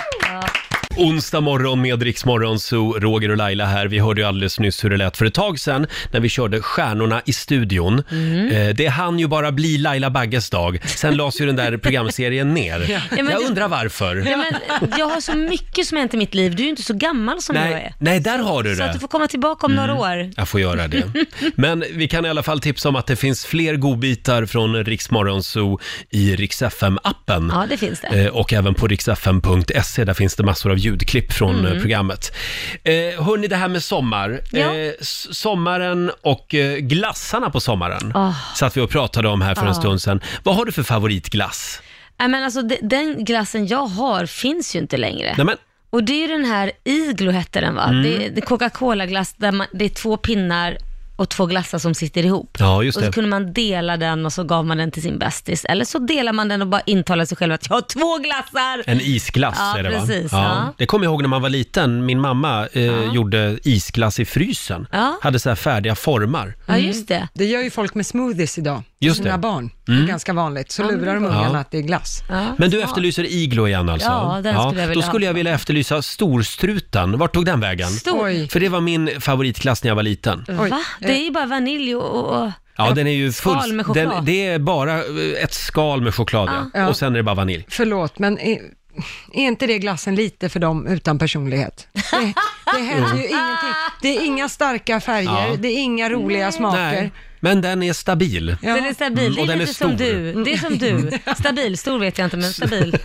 Onsdag morgon med Rix Morgon, så Roger och Laila här. Vi hörde ju alldeles nyss hur det lät för ett tag sedan när vi körde Stjärnorna i studion. Mm. Eh, det hann ju bara bli Laila Bagges dag. Sen lades ju den där programserien ner. Ja, men Jag du- undrar varför. Ja, men jag har så mycket som hänt i mitt liv. Du är ju inte så gammal som jag Nej, är. nej, där har du Så att det. du får komma tillbaka om några år. Jag får göra det. Men vi kan i alla fall tipsa om att det finns fler godbitar från Rix Morgon Zoo i Rix F M-appen. Ja, det finns det. Eh, och även på rix f m punkt se, där finns det massor av ljudklipp från mm. programmet. Eh, hörni, det här med sommar. Ja. Eh, s- sommaren och eh, glassarna på sommaren. Oh. Satt vi och pratade om här för en Oh. stund sedan. Vad har du för favoritglass? Nej, men alltså, de, den glassen jag har finns ju inte längre. Nej, men, Och det är ju den här Iglo hette den va? Mm. Det, är- det är Coca-Cola-glass där man, det är två pinnar och två glassar som sitter ihop. ja, just Och så det. kunde man dela den och så gav man den till sin bästis. Eller så delar man den och bara intalar sig själv att jag har två glassar. En isglass Ja, är det va? precis, ja. Det kommer jag ihåg när man var liten. Min mamma eh, Ja. gjorde isglass i frysen. Ja. Hade så här färdiga formar. Ja, just det. Det gör ju folk med smoothies idag. Just Just sina det. barn. Det Mm. är ganska vanligt. Så Ja, men lurar de det ungarna Ja. att det är glass. Ja, Men du smart. efterlyser Iglo igen alltså? Ja, den skulle jag vilja Då skulle ha. jag vilja efterlysa storstruten. Vart tog den vägen? Stor. Oj. För det var min favoritklass när jag var liten. Oj. Va? Det är ju bara vanilj och... och... Ja, den är ju full... Skal med choklad. Den, det är bara eh, ett skal med choklad, ja. Ja. Och sen är det bara vanilj. Förlåt, men är, är inte det glassen lite för dem utan personlighet? Det, det händer ju ingenting. Det är inga starka färger, Ja. det är inga roliga smaker. Nej, men den är stabil. Ja. Den är stabil, Mm, det och är den lite är som stor. du. Det är som du. Stabil, stor vet jag inte, men stabil.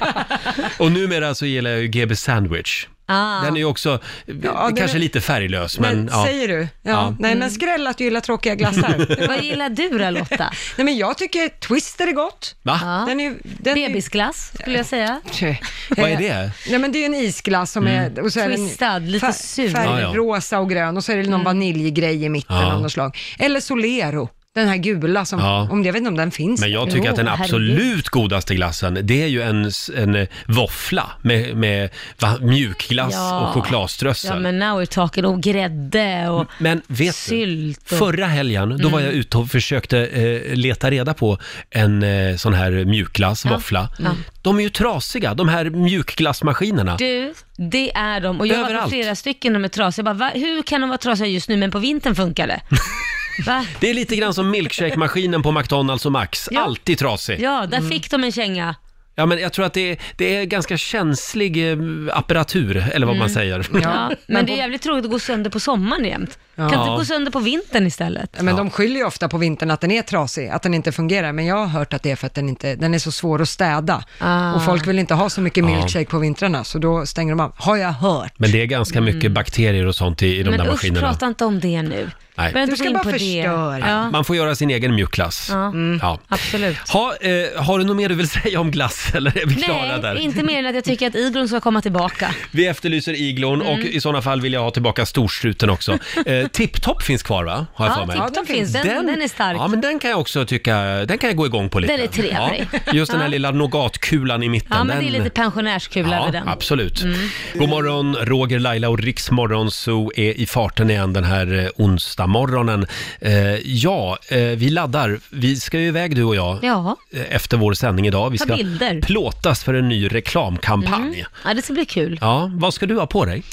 Och numera så gillar jag ju G B Sandwich. Ah. Den är ju också eh, Ja, den kanske är- lite färglös, men, Men ja. säger du? Ja. Ja. Nej, men skräll att du gillar tråkiga glassar. Vad gillar du då Lotta? Nej, men jag tycker Twister är gott. Va? Ja. Den är, den är, Bebisglass skulle jag säga. Tjö. Vad är Eh, det? Nej, men det är en isglass som är... Och så är den Twistad, lite fär- sur. Färg, Ja, ja. rosa och grön och så är det någon vaniljgrej i mitten Ja. av något slag. Eller Solero, den här gula som, Ja. om jag vet inte om den finns. Men jag tycker Jo, att den herregud. absolut godaste glassen, det är ju en, s- en eh, våffla med, med va, mjukglass Ja. och chokladströssel. Ja, men now we're talking. Och grädde och Men vet du, sylt. Och... förra helgen, då var jag ute och försökte eh, leta reda på en eh, sån här mjukglass, Ja. våffla. Ja. De är ju trasiga, de här mjukglassmaskinerna. Du, det är de. Och jag har varit på Överallt. flera stycken de är trasiga. Jag bara, va, hur kan de vara trasiga just nu, men på vintern funkar det? Va? Det är lite grann som milkshake-maskinen på McDonalds och Max. Ja. Alltid trasig. Ja, där fick de en känga. Ja, men jag tror att det är, det är ganska känslig eh, apparatur, eller vad man säger. Ja, men det är jävligt tråkigt att gå sönder på sommaren jämt. Kan inte Ja. gå sönder på vintern istället? Ja, men de skyller ju ofta på vintern att den är trasig, att den inte fungerar. Men jag har hört att det är för att den, inte, den är så svår att städa. Ah. Och folk vill inte ha så mycket Ja. milkshake på vintrarna, så då stänger de av. Har jag hört. Men det är ganska mycket bakterier och sånt i, i de Men där usch, maskinerna. prata inte om det nu. Nej. Börja inte Du ska gå in bara på det. förstöra. Ja, Man får göra sin egen mjukglass. ja Ja. absolut. Ha, eh, har du något mer du vill säga om glass, eller är vi klara Nej, där? inte mer än att jag tycker att Iglon ska komma tillbaka. Vi efterlyser iglon Mm. och i sådana fall vill jag ha tillbaka storstruten också. Eh, Tipptopp finns kvar, va? Har jag för Ja, mig. TikTok finns. Den, den är stark. Ja, men den kan jag också tycka, den kan jag gå igång på lite. Den är trevlig. Ja, just den här Ja. lilla nougatkulan i mitten. Ja, men den... det är lite pensionärskul Ja, över den. absolut. God morgon, Roger, Laila och Rix Morgon Zoo är i farten igen den här eh, onsdag morgonen. Eh, ja, eh, vi laddar. Vi ska ju iväg du och jag Ja, eh, efter vår sändning idag. Vi ta ska bilder. plåtas för en ny reklamkampanj. Ja, det ska bli kul. Ja, vad ska du ha på dig?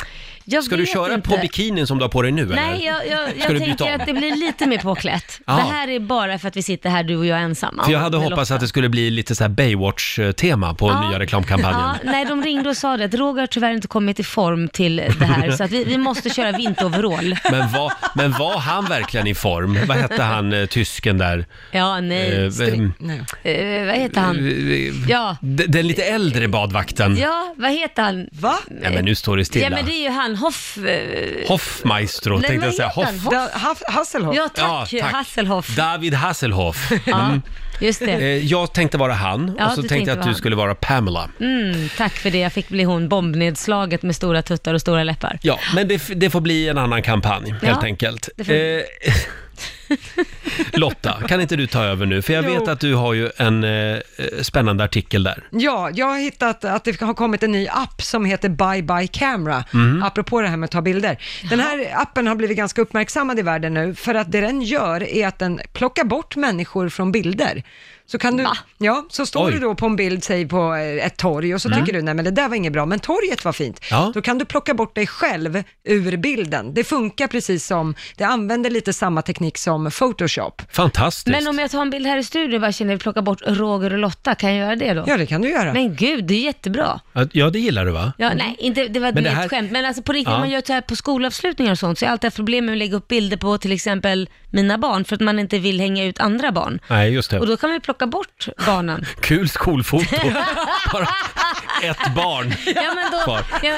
Jag Ska du vet köra inte. på bikinin som du har på dig nu eller? Nej, jag, jag, Ska du jag byta tänker om? att det blir lite mer påklätt. Ja. Det här är bara för att vi sitter här, du och jag ensamma. För jag hade med hoppats Lotta. att det skulle bli lite så här Baywatch-tema på Ja. nya reklamkampanjen. Ja, nej, de ringde och sa det att Roger har tyvärr inte kommit i form till det här, så att vi, vi måste köra vinteroverall. Men var, men var han verkligen i form? Vad hette han, eh, tysken där? Ja, nej. Eh, Stri- Nej. eh, vad heter han? Ja. D- Den lite äldre badvakten. Ja, vad heter han? Va? Ja, men nu står det stilla. Ja, men det är ju han, Hoff... eh, Hoffmaestro, Nej, tänkte jag vad säga. heter han? Hoff. Da, Haff- Hasselhoff? Ja, tack. Hasselhoff. David Hasselhoff. Ja, just det. Eh, Jag tänkte vara han Ja, och så du tänkte tänkte jag att vara du han. skulle vara Pamela. Mm, tack för det. Jag fick bli hon bombnedslaget med stora tuttar och stora läppar. Ja, men det, det får bli en annan kampanj, Ja, helt enkelt. det får bli. Eh, Lotta, kan inte du ta över nu? För jag Jo. vet att du har ju en eh, spännande artikel där. Ja, jag har hittat att det har kommit en ny app som heter Bye Bye Camera, Mm. apropå det här med att ta bilder. Den här appen har blivit ganska uppmärksammad i världen nu, för att det den gör är att den plockar bort människor från bilder. Så kan du, Va? ja, så står Oj. du då på en bild, säg på eh, ett torg, och så tycker du, nej men det där var inget bra, men torget var fint. Ja. Då kan du plocka bort dig själv ur bilden. Det funkar precis som, det använder lite samma teknik som Photoshop. Fantastiskt. Men om jag tar en bild här i studion och bara känner att plocka bort Roger och Lotta, kan jag göra det då? Ja, det kan du göra. Men gud, det är jättebra. Ja, det gillar du va? Ja, nej, inte, det var Men mer det här- ett skämt. Men alltså på riktigt, Ja. man gör så här på skolavslutningar och sånt, så jag har alltid haft problem med att lägga upp bilder på till exempel mina barn, för att man inte vill hänga ut andra barn. Nej, just det. Och då kan man ju plocka bort barnen. Kul skolfoto. Bara ett barn Ja, men då... kvar. Ja,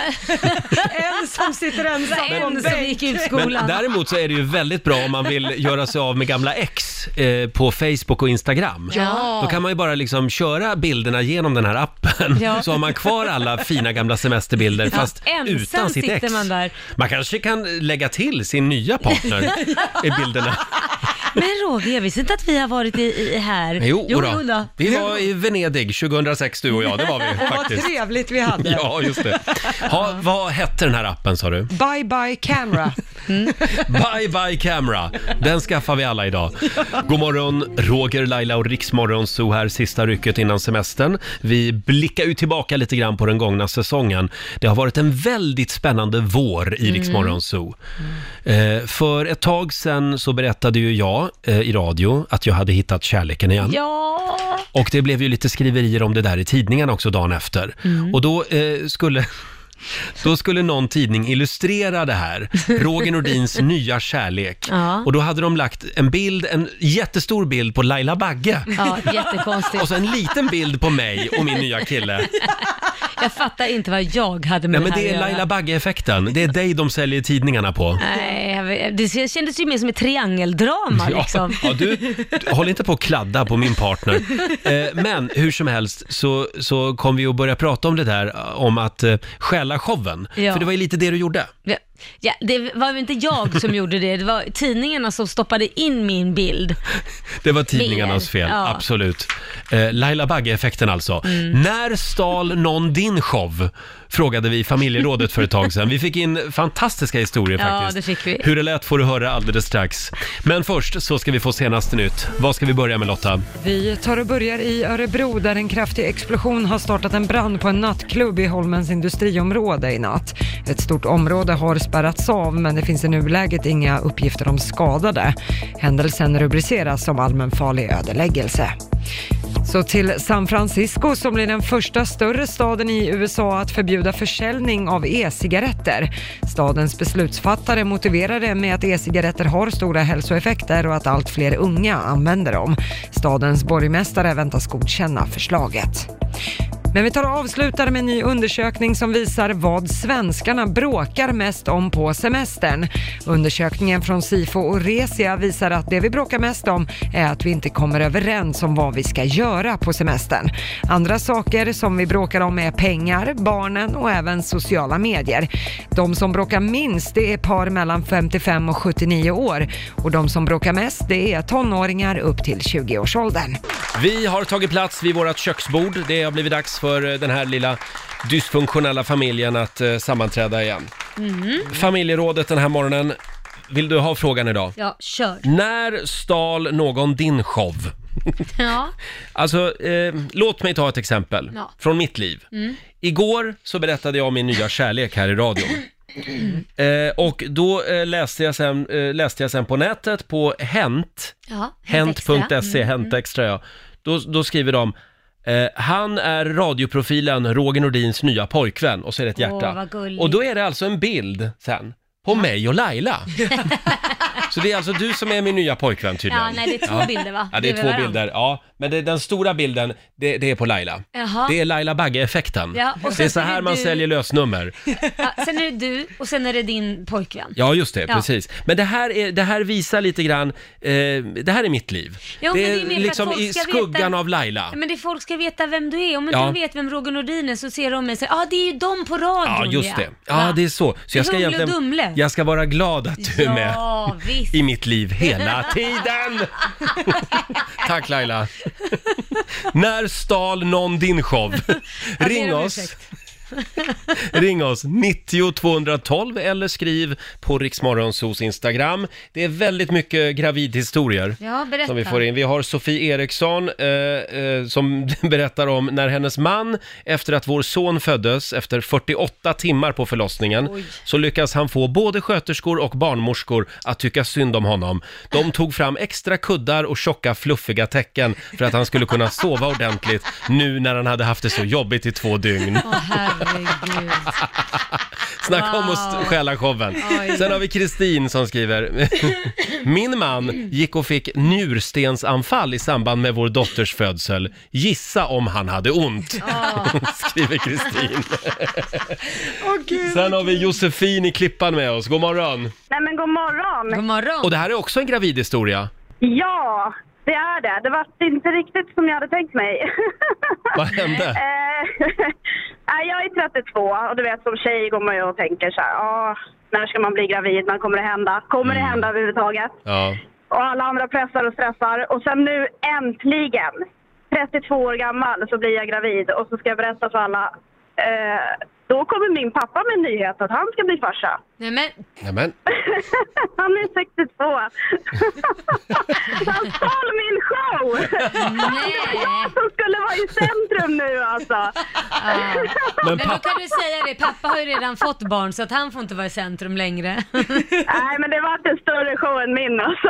En som sitter ensam på en en som bänk. gick ut Men skolan. däremot så är det ju väldigt bra om man vill göra sig av med gamla ex eh, på Facebook och Instagram. Ja. Då kan man ju bara liksom köra bilderna genom den här appen. Ja. Så har man kvar alla fina gamla semesterbilder fast ensam utan sitt sitter ex. man där. Man kanske kan lägga till sin nya partner i bilderna. Men Roger, jag visste inte att vi har varit i, i här. Jo, jo, då. jo då. Vi var i Venedig tjugohundrasex du och jag, det var vi Vad faktiskt. trevligt vi hade. Ja, just det. Ha, vad hette den här appen sa du? Bye Bye Camera. Bye Bye Camera. Den skaffar vi alla idag. God morgon, Roger, Laila och Riksmorgon Zoo här, sista rycket innan semestern. Vi blickar ju tillbaka lite grann på den gångna säsongen. Det har varit en väldigt spännande vår i Riksmorgon Zoo. Eh, för ett tag sedan så berättade ju jag eh, i radio att jag hade hittat kärleken igen. Ja. Och det blev ju lite skriverier om det där i tidningarna också dagen efter. Och då eh, skulle... Då skulle någon tidning illustrera det här, Roger Nordins nya kärlek. Ja. Och då hade de lagt en bild, en jättestor bild på Laila Bagge. Ja, jättekonstigt. Och så en liten bild på mig och min nya kille. Jag fattar inte vad jag hade med Nej, men det här det är att göra. Laila Bagge-effekten. Det är dig de säljer tidningarna på. Nej, jag vet- det kändes ju mer som ett triangeldrama liksom. Ja, du, du håll inte på att kladda på min partner. Eh, men hur som helst så, så kom vi att börja prata om det där, om att eh, stjäla showen. Ja. För det var ju lite det du gjorde. Ja, ja, det var ju inte jag som gjorde det, det var tidningarna som stoppade in min bild. Det var tidningarnas Mer, fel, ja. absolut. Eh, Laila Bagge-effekten alltså. Mm. När stal någon din show? Frågade vi i familjerådet för ett tag sedan. Vi fick in fantastiska historier Ja, faktiskt. det fick vi. Hur det lät får du höra alldeles strax. Men först så ska vi få senaste nytt. Vad ska vi börja med Lotta? Vi tar och börjar i Örebro där en kraftig explosion har startat en brand på en nattklubb i Holmens industriområde i natt. Ett stort område har spärrats av men det finns i nuläget inga uppgifter om skadade. Händelsen rubriceras som allmänfarlig ödeläggelse. Så till San Francisco som blir den första större staden i U S A att förbjuda försäljning av e-cigaretter. Stadens beslutsfattare motiverar det med att e-cigaretter har stora hälsoeffekter och att allt fler unga använder dem. Stadens borgmästare väntas godkänna förslaget. Men vi tar och avslutar med en ny undersökning som visar vad svenskarna bråkar mest om på semestern. Undersökningen från Sifo och Resia visar att det vi bråkar mest om är att vi inte kommer överens om vad vi ska göra på semestern. Andra saker som vi bråkar om är pengar, barnen och även sociala medier. De som bråkar minst det är par mellan femtiofem och sjuttionio år och de som bråkar mest det är tonåringar upp till tjugo-årsåldern. Vi har tagit plats vid vårt köksbord. Det har blivit dags för den här lilla dysfunktionella familjen att eh, sammanträda igen. Mm. Familjerådet den här morgonen. Vill du ha frågan idag? Ja, kör. När stal någon din show? Ja. Alltså, eh, låt mig ta ett exempel Ja. från mitt liv. Mm. Igår så berättade jag om min nya kärlek här i radion. Eh, och då eh, läste, jag sen, eh, läste jag sen på nätet på Hent, Ja, hent punkt se, Mm. Hent Extra, ja. Då, då skriver de, eh, han är radioprofilen Roger Nordins nya pojkvän, och så är det ett hjärta. Åh, vad gulligt. Och då är det alltså en bild sen på mig och Laila. Så det är alltså du som är min nya pojkvän tydligen. Ja, nej, det är två bilder, va? Ja, det är Bredvid två varandra. bilder. Ja, men det, den stora bilden, det, det är på Laila. Jaha. Det är Laila Bagge-effekten. Ja, och det sen är så är det här man du. säljer lösnummer. Ja, sen är det du och sen är det din pojkvän. Ja, just det, Ja. precis. Men det här, är, det här visar lite grann, eh, det här är mitt liv. Ja, det men är, det är mer för att liksom folk i ska skuggan veta- av Laila. Men det folk ska veta vem du är. Om inte Ja. de vet vem Roger Nordin är så ser de mig och säger, ja ah, det är ju de på radion. Ja, just det. Ja, Va? det är så. Så jag ska Humle och egentligen, Dumle. jag ska vara glad att du är med Ja, visst. i mitt liv hela tiden. Tack Laila. När stal någon din show? Ring ber om oss. ursäkt. Ring oss, nittio tvåhundratolv, eller skriv på Riksmorgonsos Instagram. Det är väldigt mycket gravidhistorier Ja, berätta. som vi får in. Vi har Sofie Eriksson eh, eh, som berättar om när hennes man, efter att vår son föddes, efter fyrtioåtta timmar på förlossningen, Oj. så lyckas han få både sköterskor och barnmorskor att tycka synd om honom. De tog fram extra kuddar och tjocka fluffiga täcken för att han skulle kunna sova ordentligt nu när han hade haft det så jobbigt i två dygn. Åh, herregud. Snacka om Wow. att stjäla showen. Oj. Sen har vi Kristin som skriver: min man gick och fick njurstensanfall i samband med vår dotters födsel. Gissa om han hade ont. Skriver Kristin. Sen har vi Josefin i Klippan med oss. God morgon. Nej men god morgon. God morgon. Och det här är också en gravidhistoria. Ja, det är det. Det var inte riktigt som jag hade tänkt mig. Vad hände? Eh, nej, jag är trettiotvå och du vet som tjej går man ju och tänker så här, ja, när ska man bli gravid? När kommer det hända? Kommer det hända överhuvudtaget? Ja. Och alla andra pressar och stressar. Och sen nu äntligen, trettiotvå år gammal, så blir jag gravid. Och så ska jag berätta för alla. Eh, då kommer min pappa med en nyhet att han ska bli farsa. Nej, men, Nämen. Han är sextiotvå. Han stal min show! nej. Det var jag som skulle vara i centrum nu alltså. Ja. Men Men då pappa... kan du säga det, pappa har ju redan fått barn så att han får inte vara i centrum längre. Nej, men det var en större show än min alltså.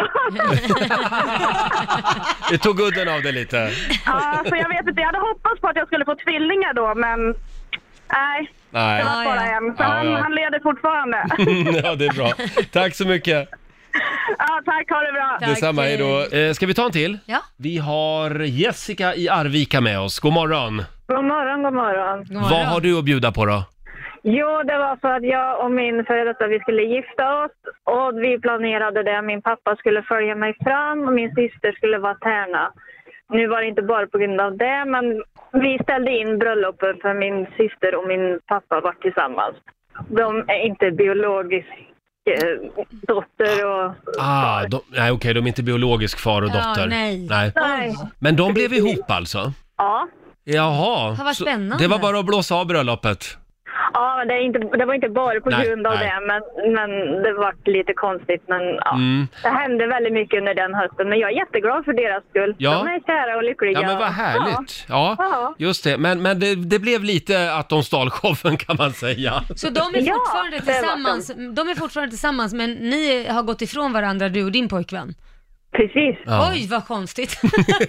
Det tog udden av det lite. Ja, så jag vet inte, jag hade hoppats på att jag skulle få tvillingar då, men nej. Nej. Det var bara en. Så Ja, han, ja. han leder fortfarande. Ja, det är bra. Tack så mycket. Ja, tack, ha det bra. Tack. Detsamma, hej då. Eh, ska vi ta en till? Ja. Vi har Jessica i Arvika med oss. God morgon. God morgon, god morgon. God morgon. Vad har du att bjuda på då? Jo, det var för att jag och min före detta, vi skulle gifta oss. Och vi planerade det. Min pappa skulle följa mig fram och min syster skulle vara tärna. Nu var det inte bara på grund av det, men vi ställde in bröllopet för min syster och min pappa var tillsammans. De är inte biologisk eh, dotter och Ah, far. de, nej okej, de är inte biologisk far och Ja, dotter. nej. Nej. Men de blev ihop alltså? Ja. Jaha. Ja, vad Så spännande. det var bara att blåsa av bröllopet. Ja, men det, är inte, det var inte bara på Nej, grund av nej. det, men, men det var lite konstigt. Men ja, Mm. det hände väldigt mycket under den hösten. Men jag är jätteglad för deras skull. Ja. De är kära och lyckliga. Ja men vad härligt. Ja, Ja. just det. Men, men det, det blev lite att de stal showen kan man säga. Så de är Ja, fortfarande det var tillsammans, de är fortfarande tillsammans men ni har gått ifrån varandra, du och din pojkvän? Precis. Ja. Oj, vad konstigt.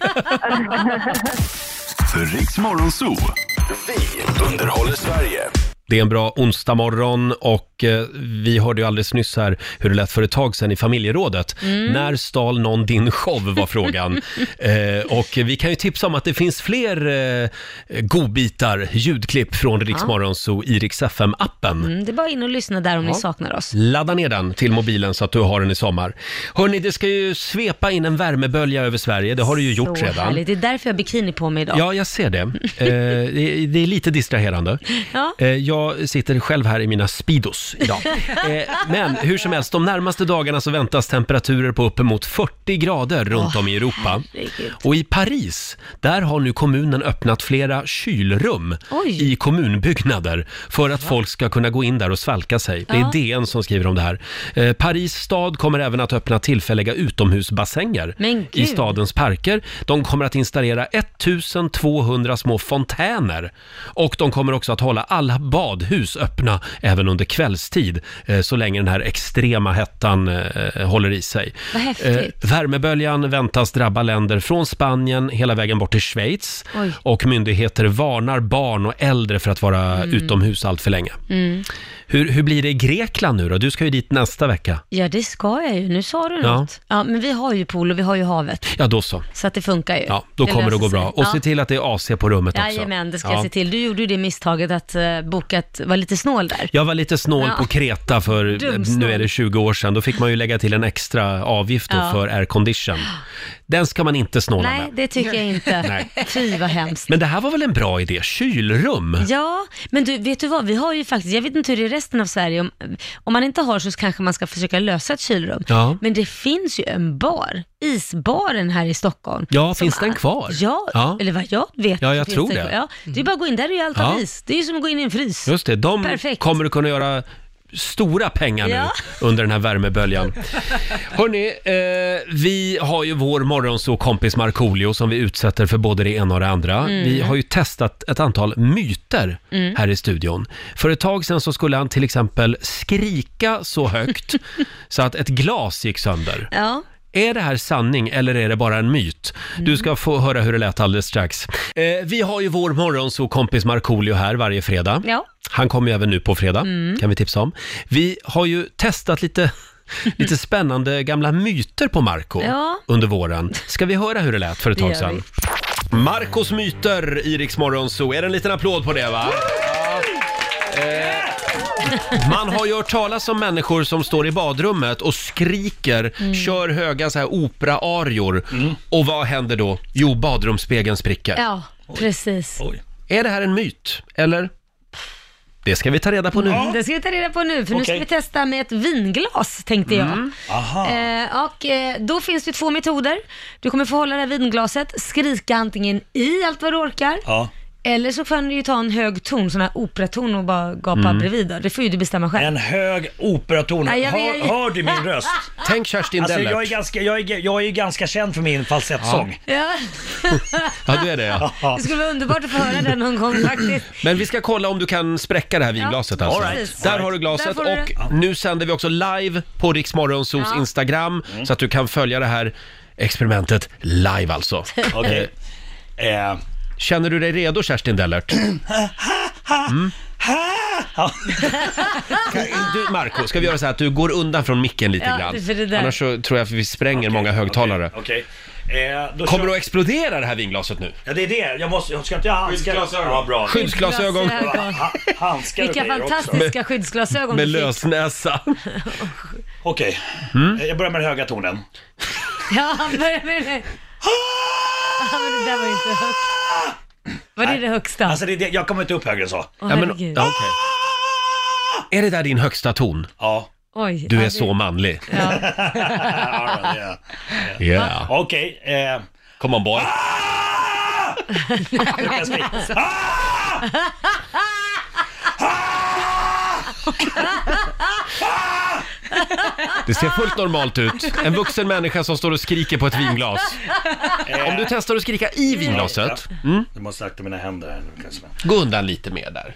Riks Morgonzoo. Vi underhåller Sverige. Det är en bra onsdag morgon och eh, vi hörde ju alldeles nyss här hur det lät för ett tag sedan i familjerådet. När stal någon din show var frågan. eh, och vi kan ju tipsa om att det finns fler eh, godbitar, ljudklipp från Rix Morgonzoo i Rix F M-appen. Mm, det är bara in och lyssna där om Ja. ni saknar oss. Ladda ner den till mobilen så att du har den i sommar. Hörrni, det ska ju svepa in en värmebölja över Sverige. Det har du ju gjort Så redan. härligt. Det är därför jag har bikini på mig idag. Ja, jag ser det. Eh, det, det är lite distraherande. Ja. Eh, jag sitter själv här i mina Speedos idag. Eh, men hur som helst, de närmaste dagarna så väntas temperaturer på uppemot fyrtio grader runt om i Europa. herregud. Och i Paris, där har nu kommunen öppnat flera kylrum Oj. i kommunbyggnader för att folk ska kunna gå in där och svalka sig. Det är Ja. D N som skriver om det här. Eh, Paris stad kommer även att öppna tillfälliga utomhusbassänger Men i gud. stadens parker. De kommer att installera ettusen tvåhundra små fontäner och de kommer också att hålla alla bad badhus öppna även under kvällstid eh, så länge den här extrema hettan eh, håller i sig. Vad häftigt. Eh, värmeböljan väntas drabba länder från Spanien hela vägen bort till Schweiz. Oj. Och myndigheter varnar barn och äldre för att vara mm. utomhus allt för länge. Mm. Hur, hur blir det i Grekland nu då? Du ska ju dit nästa vecka. Ja, det ska jag ju. Nu sa du Ja. något. Ja, men vi har ju pool och vi har ju havet. Ja, då så. Så att det funkar ju. Ja, då det kommer det att gå löser bra. sig. Och ja. se till att det är A C på rummet också. Jajamän, det ska ja. jag se till. Du gjorde ju det misstaget att uh, bokat var lite snål där. Jag var lite snål Ja. på Kreta för Dumsnål. nu är det tjugo år sedan. Då fick man ju lägga till en extra avgift då Ja. för aircondition. Den ska man inte snåla Nej, med. det tycker jag inte. Nej. Fy vad hemskt. Men det här var väl en bra idé? Kylrum? Ja, men du, vet du vad? Vi har ju faktiskt, jag vet inte hur det är i resten av Sverige. Om, om man inte har så kanske man ska försöka lösa ett kylrum. Ja. Men det finns ju en bar, isbaren här i Stockholm. Ja, som finns den är- kvar? Ja, Ja. eller vad jag vet. Ja, jag finns tror den det. kvar. Ja, det är bara att gå in, där är ju allt Ja. av is. Det är ju som att gå in i en frys. Just det, de Perfekt. kommer du kunna göra stora pengar Ja. nu under den här värmeböljan. Hörrni, eh, vi har ju vår morgonsåkompis Markoolio som vi utsätter för både det ena och det andra. Mm. Vi har ju testat ett antal myter Mm. här i studion. För ett tag sedan så skulle han till exempel skrika så högt så att ett glas gick sönder. Ja. Är det här sanning eller är det bara en myt? Du ska få höra hur det lät alldeles strax. Eh, vi har ju vår morgonsåkompis Markoolio här varje fredag. Ja. Han kommer ju även nu på fredag, Mm. kan vi tipsa om. Vi har ju testat lite, lite spännande gamla myter på Marco Ja. under våren. Ska vi höra hur det lät för ett Det tag gör sedan? Marcos myter i Rix Morgon Zoo. Är det en liten applåd på det, va? Ja. Eh, man har ju hört talas om människor som står i badrummet och skriker, Mm. kör höga så här opera-arior. Och vad händer då? Jo, badrumsspegeln spricker. Ja, precis. Är det här en myt? Eller? Det ska vi ta reda på nu. Mm, det ska vi ta reda på nu, för nu ska Okej. vi testa med ett vinglas, tänkte jag. Mm. Aha. Eh, och eh, då finns det två metoder. Du kommer få hålla det här vinglaset, skrika antingen i allt vad du orkar, Ja. eller så kan du ju ta en hög ton, sån här operaton och bara gapa Mm. bredvid. Då. Det får ju du bestämma själv. En hög operaton. Nej, jag hör, vet. hör du min röst? Tänk Kerstin Alltså, Dellert. jag, är ganska, jag, är, jag är ju ganska känd för min falsettsång. Ja. Ja, du är det, ja. Det skulle vara underbart att få höra den någon gång faktiskt. Men vi ska kolla om du kan spräcka det här vinglaset Ja, alltså. all right. Där All har du right. glaset Där får du och det. nu sänder vi också live på Rix Morgonzoos Ja. Instagram så att du kan följa det här experimentet live alltså. Okej. Eh, Känner du dig redo, Kerstin Dellert? Mm. Du, Marco, ska vi göra så här att du går undan från micken lite Ja, grann? för det där. Annars så tror jag att vi spränger många högtalare. Okej. Eh, då Kommer kör- du att explodera det här vinglaset nu? Ja, det är det. Jag måste, jag ska inte ha handskar. Skyddsglasögon. Ja, bra. Skyddsglasögon. Skyddsglasögon. Ha- Handskar och Vilka grejer också. fantastiska skyddsglasögon Med du fick. lösnäsa. Okej, Mm. Eh, jag börjar med den höga tonen. Ja, han börjar med det. Ja, men det där var ju inte högt. Var det Nej. det högsta? Alltså, det, är det, jag kommer inte upp högre än så. Åh, Ja, men, herregud. ja, okej. Är det där din högsta ton? Ja. Oj, Du ja, är det- så manlig. Ja. Ja. Yeah. Okej. Eh. Come on boy. Jag ska- Det ser fullt normalt ut. En vuxen människa som står och skriker på ett vinglas. Om du testar att skrika i vinglaset. Mm. Jag måste akta mina händer här nu kanske. Gå undan lite mer där.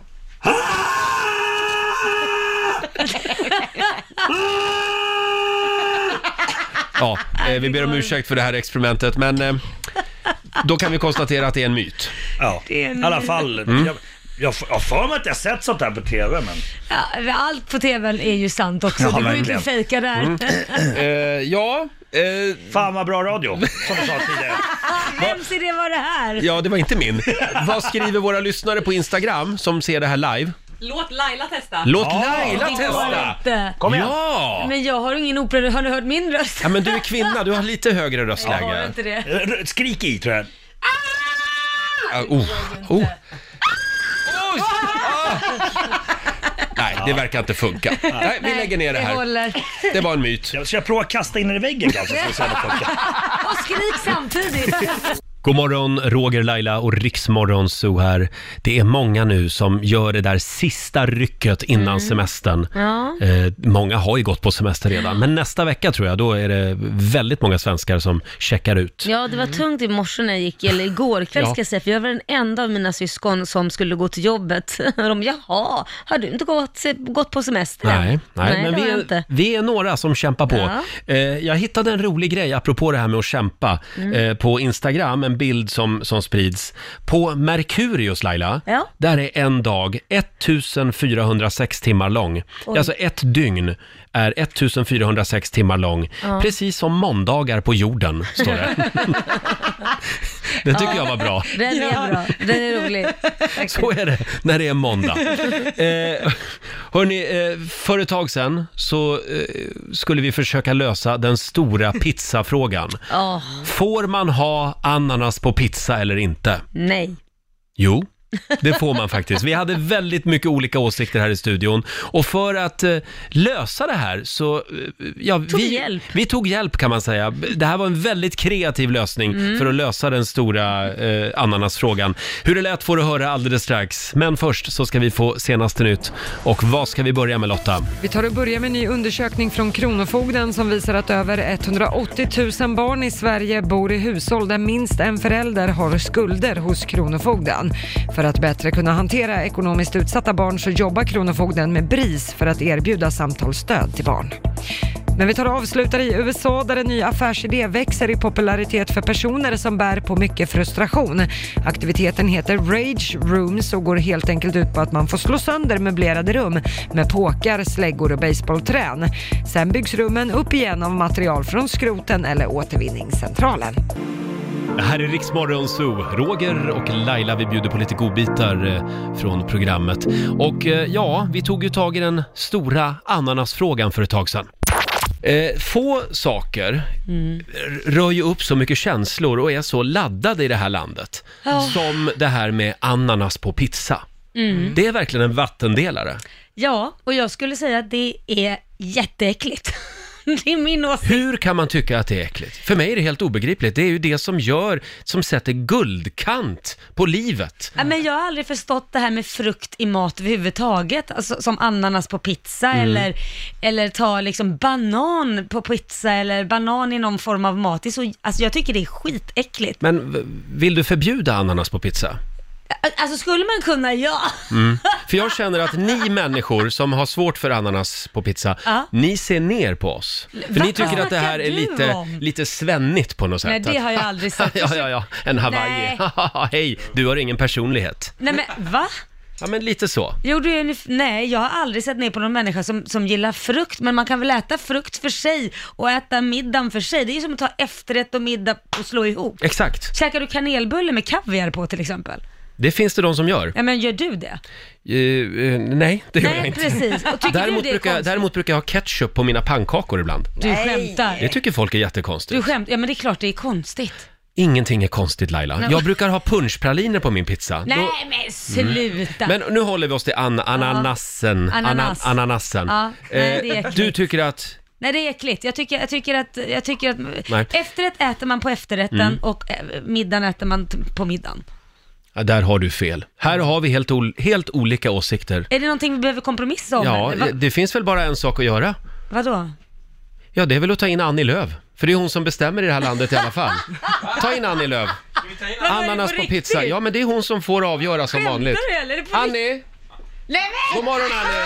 Ja, eh, vi ber om ursäkt för det här experimentet, men eh, då kan vi konstatera att det är en myt. Ja, Det är en- i alla fall. Mm. Jag, jag jag har för mig att jag sett sånt här på tv, men... Ja, allt på tvn är ju sant också. Ja, det går ju inte verkligen. att fejka där. Mm. Eh, ja, eh, Fan vad bra radio, som du sa tidigare. Vems idé var det här? ja, det var inte min. Vad skriver våra lyssnare på Instagram som ser det här live? Låt Laila testa. Låt Ja, Laila Det går testa! inte. Kom igen. Ja! Men jag har ingen opera, har ni hört min röst? Ja, men du är kvinna, du har lite högre Jag har röstläge. inte det. Eh, Skrik i, tror jag. Ja, oh, oh. Oj! Ah. Nej, det verkar inte funka. Nej, vi lägger ner det Det här. håller. Det var en myt. Jag ska jag prova att kasta in den i väggen kanske? Så vi ser om det funkar. Och skrik samtidigt. God morgon, Roger, Laila och Riksmorgon Zoo här. Det är många nu som gör det där sista rycket innan mm. semestern. Ja. Eh, många har ju gått på semester redan, men nästa vecka tror jag, då är det väldigt många svenskar som checkar ut. Ja, det var tungt i morse när jag gick, eller igår kväll ska jag säga, för jag var den enda av mina syskon som skulle gå till jobbet. De, jaha, har du inte gått, gått på semester? Nej, nej, nej men vi är, vi är några som kämpar på. Ja. Eh, jag hittade en rolig grej apropå det här med att kämpa mm. eh, på Instagram, en bild som, som sprids. På Merkurius, Laila, ja. där är en dag fjortonhundrasex timmar lång. Oj. Alltså ett dygn är fjortonhundrasex timmar lång. Ja. Precis som måndagar på jorden, står det. Det tycker ja. jag var bra. Den är ja. bra, den är rolig. Så är det när det är måndag. Eh, hörni, eh, för ett tag sedan så eh, skulle vi försöka lösa den stora pizzafrågan. Oh. Får man ha ananas på pizza eller inte? Nej. Jo. Det får man faktiskt. Vi hade väldigt mycket olika åsikter här i studion. Och för att eh, lösa det här så... Eh, ja, tog vi, hjälp. vi tog hjälp kan man säga. Det här var en väldigt kreativ lösning mm. för att lösa den stora eh, ananasfrågan. Hur det lät får du höra alldeles strax. Men först så ska vi få senaste nytt. Och vad ska vi börja med, Lotta? Vi tar och börjar med en ny undersökning från Kronofogden som visar att över etthundraåttio tusen barn i Sverige bor i hushåll där minst en förälder har skulder hos Kronofogden. För att bättre kunna hantera ekonomiskt utsatta barn så jobbar Kronofogden med BRIS för att erbjuda samtalsstöd till barn. Men vi tar och avslutar i U S A där en ny affärsidé växer i popularitet för personer som bär på mycket frustration. Aktiviteten heter Rage Rooms och går helt enkelt ut på att man får slå sönder möblerade rum med påkar, släggor och baseballträn. Sen byggs rummen upp igen av material från skroten eller återvinningscentralen. Det här är Riksmorgon Zoo. Roger och Laila, vi bjuder på lite godbitar eh, från programmet. Och eh, ja, vi tog ju tag i den stora ananasfrågan för ett tag sedan. Eh, få saker mm. rör ju upp så mycket känslor och är så laddade i det här landet oh. som det här med ananas på pizza. Mm. Det är verkligen en vattendelare. Ja, och jag skulle säga att det är jätteäckligt. Det är min åsikt. Hur kan man tycka att det är äckligt? För mig är det helt obegripligt. Det är ju det som gör, som sätter guldkant på livet. Ja, men jag har aldrig förstått det här med frukt i mat överhuvudtaget. Alltså, som ananas på pizza mm. eller, eller ta liksom banan på pizza eller banan i någon form av mat. Det är så, alltså jag tycker det är skitäckligt. Men vill du förbjuda ananas på pizza? Alltså skulle man kunna, ja. Mm. För jag känner att ni människor som har svårt för ananas på pizza, ja. ni ser ner på oss. För Va? ni tycker att det här är lite, lite svennigt på något sätt. Nej, det har jag aldrig sagt. ja, ja, ja. En Hawaii. Hej, du har ingen personlighet. Nej, men va? Ja, men lite så. Jo, du, nej, jag har aldrig sett ner på någon människa som, som gillar frukt, men man kan väl äta frukt för sig och äta middagen för sig. Det är ju som att ta efterrätt och middag och slå ihop. Exakt. Käkar du kanelbulle med kaviar på till exempel? Det finns det de som gör. Ja, men gör du det? Uh, uh, nej, det gör nej, jag inte. Precis. Och däremot, du det brukar, däremot brukar jag ha ketchup på mina pannkakor ibland. Du nej. skämtar. Det tycker folk är jättekonstigt. Du skämt, ja men det är klart det är konstigt. Ingenting är konstigt, Laila. Nej. Jag brukar ha punschpraliner på min pizza. Nej, Då... men sluta. Mm. Men nu håller vi oss till an- ananasen. Ja. Ananas. Ana- ananasen. Ja. Nej, det är eh, du tycker att... Nej, det är äckligt. Jag tycker, jag tycker att, jag tycker att efterrätt äter man på efterrätten mm. och middagen äter man t- på middagen. Ja, där har du fel. Här har vi helt, ol- helt olika åsikter. Är det någonting vi behöver kompromissa om? Ja, det, det finns väl bara en sak att göra. Vadå? Ja, det är väl att ta in Annie Lööf. För det är hon som bestämmer i det här landet i alla fall. Ta in Annie Lööf. Ananas på, på pizza. Ja, men det är hon som får avgöra som Skämtar vanligt. Du, eller? Är det på Annie! Nej, men... God morgon, Annie!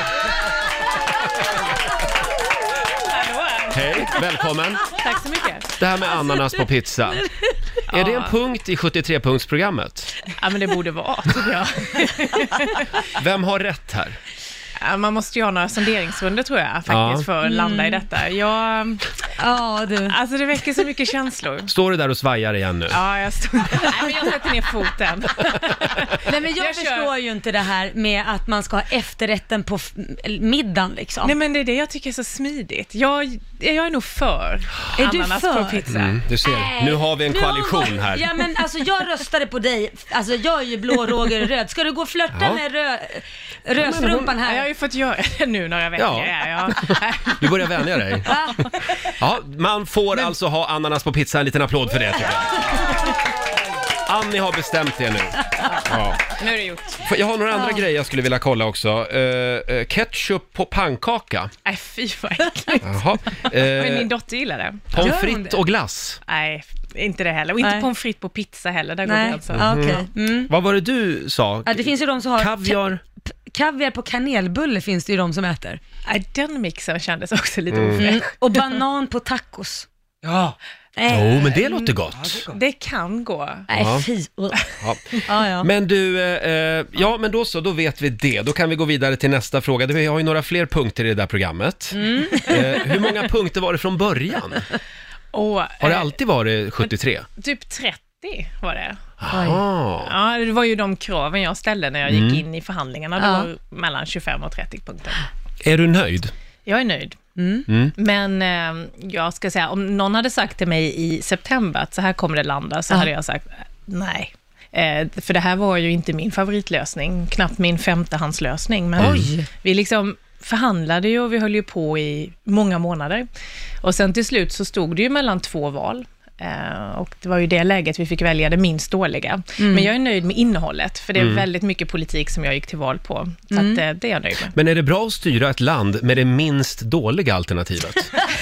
Hej, välkommen. Tack så mycket. Det här med ananas på pizza. Är det en punkt i sjuttiotre-punktsprogrammet? Ja, men det borde vara, tycker jag. Vem har rätt här? Man måste ju ha några sonderingsrunder tror jag faktiskt ja. för att landa i detta. Jag, ja, du. Alltså det väcker så mycket känslor. Står du där och svajar igen nu? Ja, jag står. Nej, men jag sätter ner foten. Nej, men jag, jag förstår kör... ju inte det här med att man ska ha efterrätten på f- middagen liksom. Nej, men det är det jag tycker är så smidigt. Jag, jag är nog för är ananas du för? på pizza. Mm, du ser, äh, nu har vi en koalition här. Ja, men alltså jag röstade på dig. Alltså jag är ju blå, Roger röd. Ska du gå och flörta ja. med rö- röstrumpan här? Jag har ju fått göra det nu några veckor. Ja. Ja. Du börjar vänja dig. Ja, man får men... alltså ha ananas på pizza. En liten applåd för det, tycker jag. Annie har bestämt det nu. Ja. Nu är det gjort. Jag har några andra ja. grejer jag skulle vilja kolla också. Uh, uh, ketchup på pannkaka. Nej, fy vad äckligt. Jaha. Men min dotter gillar det. Pommes frites och glass. Nej, inte det heller. Och inte pommes frites på pizza heller. Där Nej. går det Mm. Okay. Mm. Vad var det du sa? Ja, det finns ju de som har... Kaviar. Kaviar på kanelbulle finns det ju de som äter. Nej, den mixen kändes också lite Mm. ofräsch. Mm. Och banan på tacos. Ja. Jo, oh, men det låter gott. Ja, det, det kan gå. Nej, ja. fy. Ja. Ja, ja. Men du, eh, ja men då så, då vet vi det. Då kan vi gå vidare till nästa fråga. Vi har ju några fler punkter i det där programmet. Mm. Eh, hur många punkter var det från början? Och, har det alltid varit sjuttiotre? Typ trettio var det. Aha. Ja, det var ju de kraven jag ställde när jag Mm. gick in i förhandlingarna. Det Ja. var mellan tjugofem och trettio punkter. Är du nöjd? Jag är nöjd. Mm. Mm. Men eh, jag ska säga, om någon hade sagt till mig i september att så här kommer det landa, så Ja. hade jag sagt nej. Eh, för det här var ju inte min favoritlösning, knappt min femtehandslösning. Men Oj. vi liksom förhandlade ju och vi höll ju på i många månader. Och sen till slut så stod det ju mellan två val. Uh, och det var ju det läget vi fick välja det minst dåliga. Mm. Men jag är nöjd med innehållet, för det är Mm. väldigt mycket politik som jag gick till val på. Så Mm. att, uh, det är jag nöjd med. Men är det bra att styra ett land med det minst dåliga alternativet?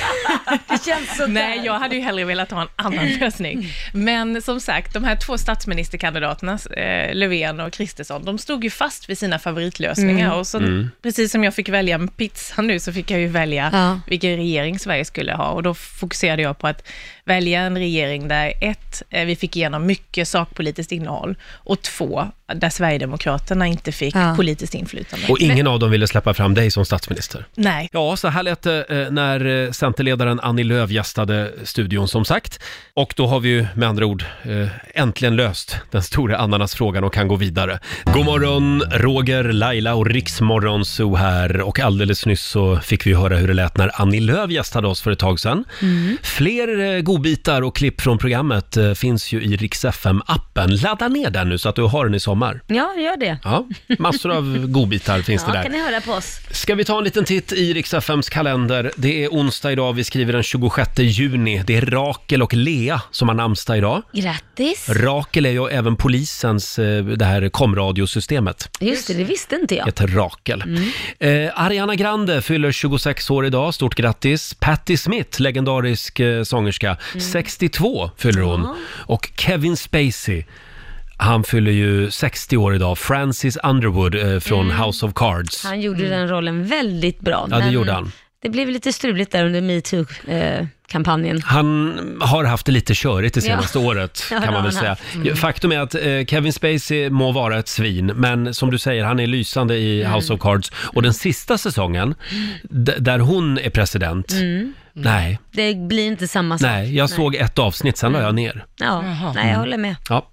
Det känns så Nej, jag hade ju hellre velat ha en annan lösning. Men som sagt, de här två statsministerkandidaterna, eh, Löfven och Kristersson, de stod ju fast vid sina favoritlösningar. Mm. Och så, Mm. precis som jag fick välja med pizza nu, så fick jag ju välja Ja. vilken regering Sverige skulle ha. Och då fokuserade jag på att välja en regering där ett, eh, vi fick igenom mycket sakpolitiskt innehåll, och två, där Sverigedemokraterna inte fick Ja. politiskt inflytande. Och ingen av dem ville släppa fram dig som statsminister? Nej. Ja, så här lät det eh, när eh, Centerledaren Annie Lööf gästade studion som sagt. Och då har vi ju med andra ord eh, äntligen löst den stora ananasfrågan och kan gå vidare. God morgon, Roger, Laila och Riksmorgon Zoo här. Och alldeles nyss så fick vi höra hur det lät när Annie Lööf gästade oss för ett tag sedan. Mm. Fler eh, godbitar och klipp från programmet eh, finns ju i Rix F M-appen. Ladda ner den nu så att du har den i sommar. Ja, gör det. Ja, massor av godbitar finns Ja, det där. kan ni höra på oss. Ska vi ta en liten titt i Rix F M:s kalender? Det är onsdag idag, vi skriver den tjugosjätte juni. Det är Rakel och Lea som har namnsdag idag. Grattis. Rakel är ju även polisens, eh, det här komradiosystemet. Just det, det visste inte jag. Heter Rakel. Mm. Eh, Ariana Grande fyller tjugosex år idag, stort grattis. Patti Smith, legendarisk eh, sångerska, sextiotvå fyller hon. Ja. Och Kevin Spacey, han fyller ju sextio år idag. Francis Underwood eh, från Mm. House of Cards. Han gjorde den rollen väldigt bra. Ja, det men gjorde han. Det blev lite struligt där under MeToo-kampanjen. Han har haft det lite körigt det senaste Ja. året, Ja, kan det man har väl han säga. haft. Mm. Faktum är att eh, Kevin Spacey må vara ett svin, men som du säger, han är lysande i Mm. House of Cards. Och den sista säsongen, d- där hon är president, Mm. nej, Det blir inte samma sak. nej, jag såg ett avsnitt, sen la jag ner. Ja, nej, jag håller med. Ja.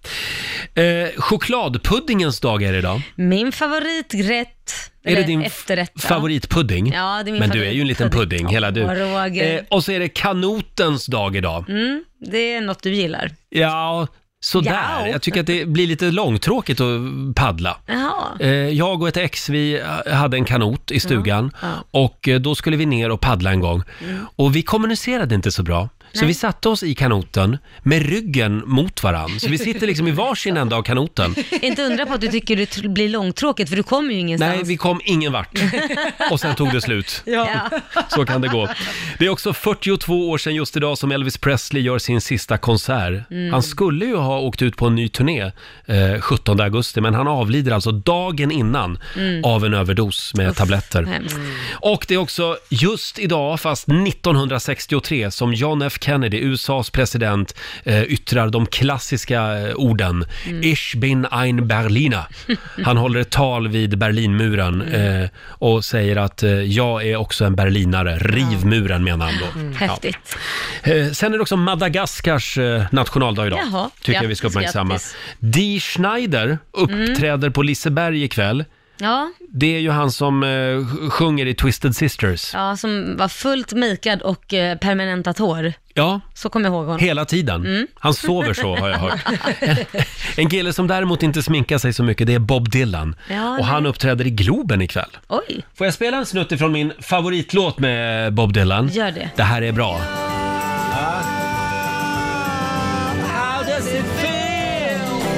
Eh, chokladpuddingens dag är det idag. Min favoriträtt. Är det eller din efterrätt, ja. favoritpudding? Ja, det är min Men du är ju en liten pudding, hela du. Ja, Roger. Eh, och så är det kanotens dag idag. Mm, det är något du gillar. Ja, sådär. Ja. Jag tycker att det blir lite långtråkigt att paddla. Jaha. Eh, Jag och ett ex, vi hade en kanot i stugan Ja, och eh, då skulle vi ner och paddla en gång. Mm. Och vi kommunicerade inte så bra. Så Nej. vi satte oss i kanoten med ryggen mot varann. Så vi sitter liksom i varsin ända av kanoten. Inte undra på att du tycker det tr- blir långtråkigt, för du kommer ju ingenstans. Nej, vi kom ingen vart. Och sen tog det slut. Ja. Så kan det gå. Det är också fyrtiotvå år sedan just idag som Elvis Presley gör sin sista konsert. Mm. Han skulle ju ha åkt ut på en ny turné eh, sjuttonde augusti, men han avlider alltså dagen innan Mm. av en överdos med tabletter. Hemskt. Och det är också just idag, fast nittonhundrasextiotre, som John F Kennedy, U S A's president, eh, yttrar de klassiska eh, orden Mm. Ich bin ein Berliner. Han håller ett tal vid Berlinmuren Mm. eh, och säger att eh, jag är också en berlinare. Riv muren, menar han då. Mm. Ja. Häftigt. Eh, sen är det också Madagaskars eh, nationaldag idag. Jaha, Tycker jag vi ska grattis, uppmärksamma. grattis. Dee Schneider uppträder på Liseberg ikväll. Ja, Det är ju han som eh, sjunger i Twisted Sisters. ja, som var fullt makad och eh, permanentat hår. Ja, Så kommer jag ihåg honom. hela tiden. Mm. Han sover så, har jag hört. En, en kille som däremot inte sminkar sig så mycket, det är Bob Dylan. Ja, och han nej. uppträder i Globen ikväll. Oj, Får jag spela en snutt ifrån min favoritlåt med Bob Dylan? gör det. Det här är bra. How does it feel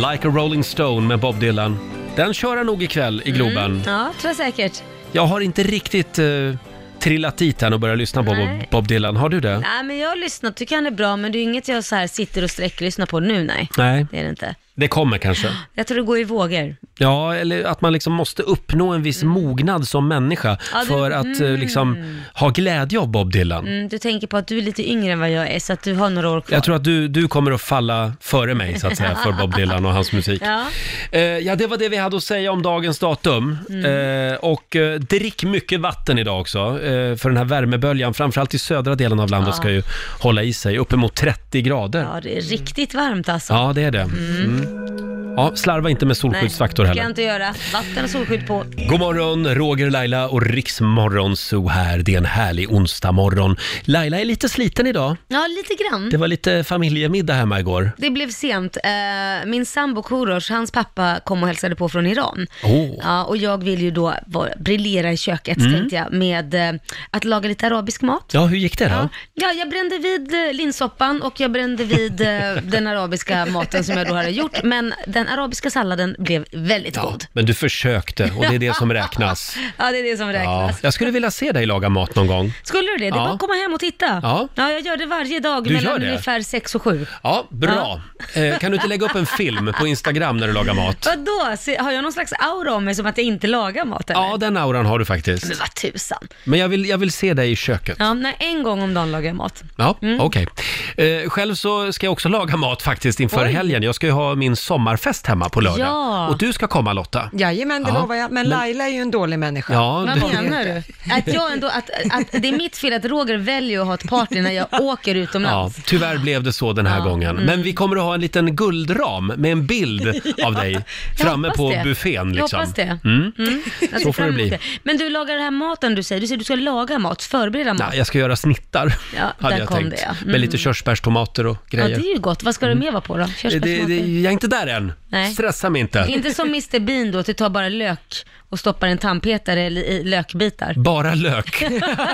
Like a Rolling Stone med Bob Dylan. Den kör han nog ikväll i Globen. Mm, ja, tror jag säkert. Jag har inte riktigt uh, trillat dit än och börjat lyssna på Bob, Bob Dylan. Har du det? Nej, men jag har lyssnat, tycker han är bra, men det är inget jag så här sitter och sträcker lyssnar på nu, nej. Nej. Det är det inte. Det kommer kanske. Jag tror det går i vågor. Ja, eller att man liksom måste uppnå en viss mm. mognad som människa ja, du, för att mm. liksom ha glädje av Bob Dylan. Mm, du tänker på att du är lite yngre än vad jag är, så att du har några år kvar. Jag tror att du, du kommer att falla före mig, så att säga, för Bob Dylan och hans musik. Ja. Eh, ja, det var det vi hade att säga om dagens datum. Mm. Eh, och eh, drick mycket vatten idag också, eh, för den här värmeböljan, framförallt i södra delen av landet, ja. ska ju hålla i sig uppemot trettio grader. Ja, det är riktigt varmt alltså. Ja, det är det. Mm. Mm. Ja, slarva inte med solskyddsfaktor heller. Nej, det ska jag inte göra. Vatten och solskydd på. God morgon, Roger, Laila och Riksmorgon så här. Det är en härlig onsdag morgon. Laila är lite sliten idag. Ja, lite grann. Det var lite familjemiddag hemma igår. Det blev sent. Min sambo Korosh, hans pappa kom och hälsade på från Iran. Oh. Ja, och jag vill ju då vara, briljera i köket, mm. tänkte jag, med att laga lite arabisk mat. Ja, hur gick det då? Ja, ja jag brände vid linssoppan och jag brände vid den arabiska maten som jag då hade gjort. Men den arabiska salladen blev väldigt ja, god. Men du försökte och det är det som räknas. Ja, det är det som räknas. Ja, jag skulle vilja se dig laga mat någon gång. Skulle du det? Det är ja. bara att komma hem och titta. Ja, ja jag gör det varje dag du mellan ungefär sex och sju. Ja, bra. Ja. Eh, kan du inte lägga upp en film på Instagram när du lagar mat? Vadå? Har jag någon slags aura om mig som att jag inte lagar mat? Eller? Ja, den auran har du faktiskt. Men vad tusan. Men jag vill, jag vill se dig i köket. Ja, nej, en gång om dagen lagar jag mat. Ja, mm. okej. Okay. Eh, själv så ska jag också laga mat faktiskt inför Oj. helgen. Jag ska ju ha min sommarfest hemma på lördag. Ja. Och du ska komma, Lotta. Jajamän, det ja. lovar jag. Men Laila är ju en dålig människa. Ja, vad det... menar du? Att, jag ändå, att, att det är mitt fel att Roger väljer att ha ett party när jag åker utomlands. Ja, tyvärr blev det så den här ja. gången. Mm. Men vi kommer att ha en liten guldram med en bild ja. av dig framme på det. buffén. Liksom. Jag hoppas det. Mm. Mm. Så får det bli. Men du lagar den här maten du säger. Du säger du ska laga mat, förbereda mat. Ja, jag ska göra snittar, ja, hade där jag kom tänkt. Det, ja. mm. Med lite körsbärstomater och grejer. Ja, det är ju gott. Vad ska du mer vara på då? Det, det, det, jag är inte där än. Nej. Stressa mig inte. Inte som mister Bean då, att du tar bara lök och stoppar en tandpetare i lökbitar. Bara lök.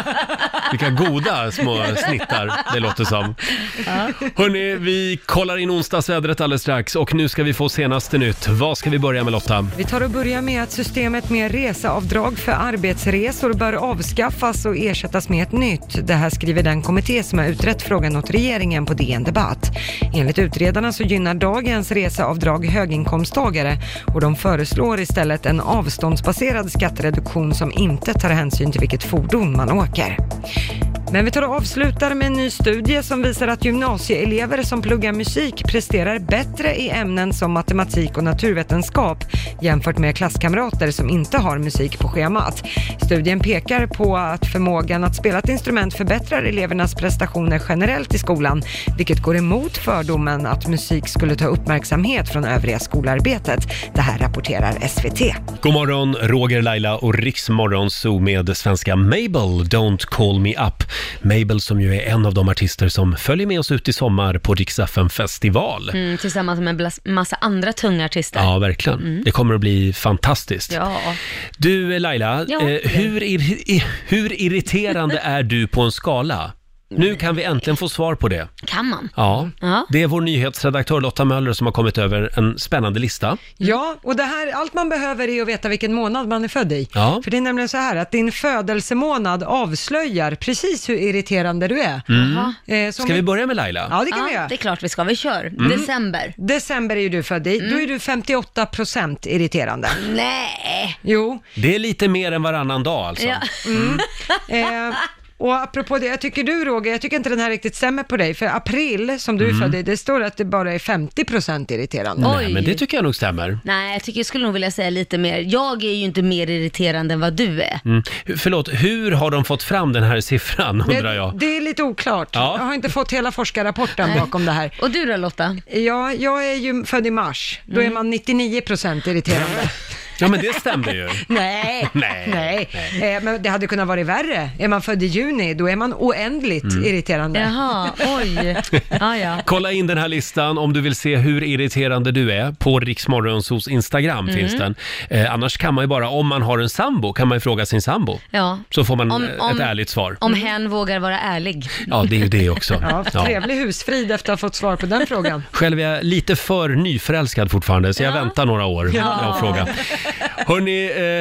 Vilka goda små snittar det låter som. Ja. Hörrni, vi kollar in onsdagsvädret alldeles strax och nu ska vi få senaste nytt. Vad ska vi börja med, Lotta? Vi tar och börjar med att systemet med reseavdrag för arbetsresor bör avskaffas och ersättas med ett nytt. Det här skriver den kommitté som har utrett frågan åt regeringen på D N Debatt. Enligt utredarna så gynnar dagens reseavdrag höginkomsttagare och de föreslår istället en avståndsbaserad skattereduktion som inte tar hänsyn till vilket fordon man åker. Men vi tar och avslutar med en ny studie som visar att gymnasieelever som pluggar musik presterar bättre i ämnen som matematik och naturvetenskap jämfört med klasskamrater som inte har musik på schemat. Studien pekar på att förmågan att spela ett instrument förbättrar elevernas prestationer generellt i skolan, vilket går emot fördomen att musik skulle ta uppmärksamhet från övriga skolarbetet. Det här rapporterar S V T. God morgon, Roger, Laila och Riksmorgon Zoo med svenska Mabel, Don't Call Me Up. Mabel som ju är en av de artister som följer med oss ut i sommar på Rix F M-festival. Mm, tillsammans med en massa andra tunga artister. Ja, verkligen. Mm. Det kommer att bli fantastiskt. Ja. Du, Laila, ja. eh, hur, ir- hur irriterande är du på en skala? Nu kan vi äntligen få svar på det. Kan man? Ja, ja. Det är vår nyhetsredaktör Lotta Möller som har kommit över en spännande lista. Ja, och det här, allt man behöver är att veta vilken månad man är född i. Ja. För det är nämligen så här att din födelsemånad avslöjar precis hur irriterande du är. Mm. Eh, ska vi... vi börja med Laila? Ja, det kan ja, vi göra. Det är klart vi ska, vi kör. Mm. December. December är ju du född i. Mm. Då är du femtioåtta procent irriterande. Nej! Jo. Det är lite mer än varannan dag alltså. Ja. Mm. eh, Och apropå det, jag tycker du Roger, jag tycker inte den här riktigt stämmer på dig, för april som du är mm. född i, det står att det bara är femtio procent irriterande. Nej, men det tycker jag nog stämmer. Nej, jag tycker jag skulle nog vilja säga lite mer. Jag är ju inte mer irriterande än vad du är. Mm. Förlåt, hur har de fått fram den här siffran, undrar jag? Det, det är lite oklart. Ja. Jag har inte fått hela forskarrapporten Nej. bakom det här. Och du då, Lotta? Ja, jag är ju född i mars. Då mm. är man nittionio procent irriterande. Ja, men det stämde ju. Nej, Nej, nej. Eh, men det hade kunnat vara värre. Är man född i juni, då är man oändligt Mm. irriterande. Jaha, oj. Ja, ja. Kolla in den här listan om du vill se hur irriterande du är. På Riksmorgonsos Instagram Mm. finns den. Eh, annars kan man ju bara, om man har en sambo, kan man ju fråga sin sambo. Ja. Så får man Om- eh, ett om- ärligt svar. Om hen vågar vara ärlig. Ja, det är ju det också. Ja, Ja. trevlig husfrid efter att ha fått svar på den frågan. Själv är jag lite för nyförälskad fortfarande, så jag Ja. väntar några år Ja. med att fråga. Hörrni, eh,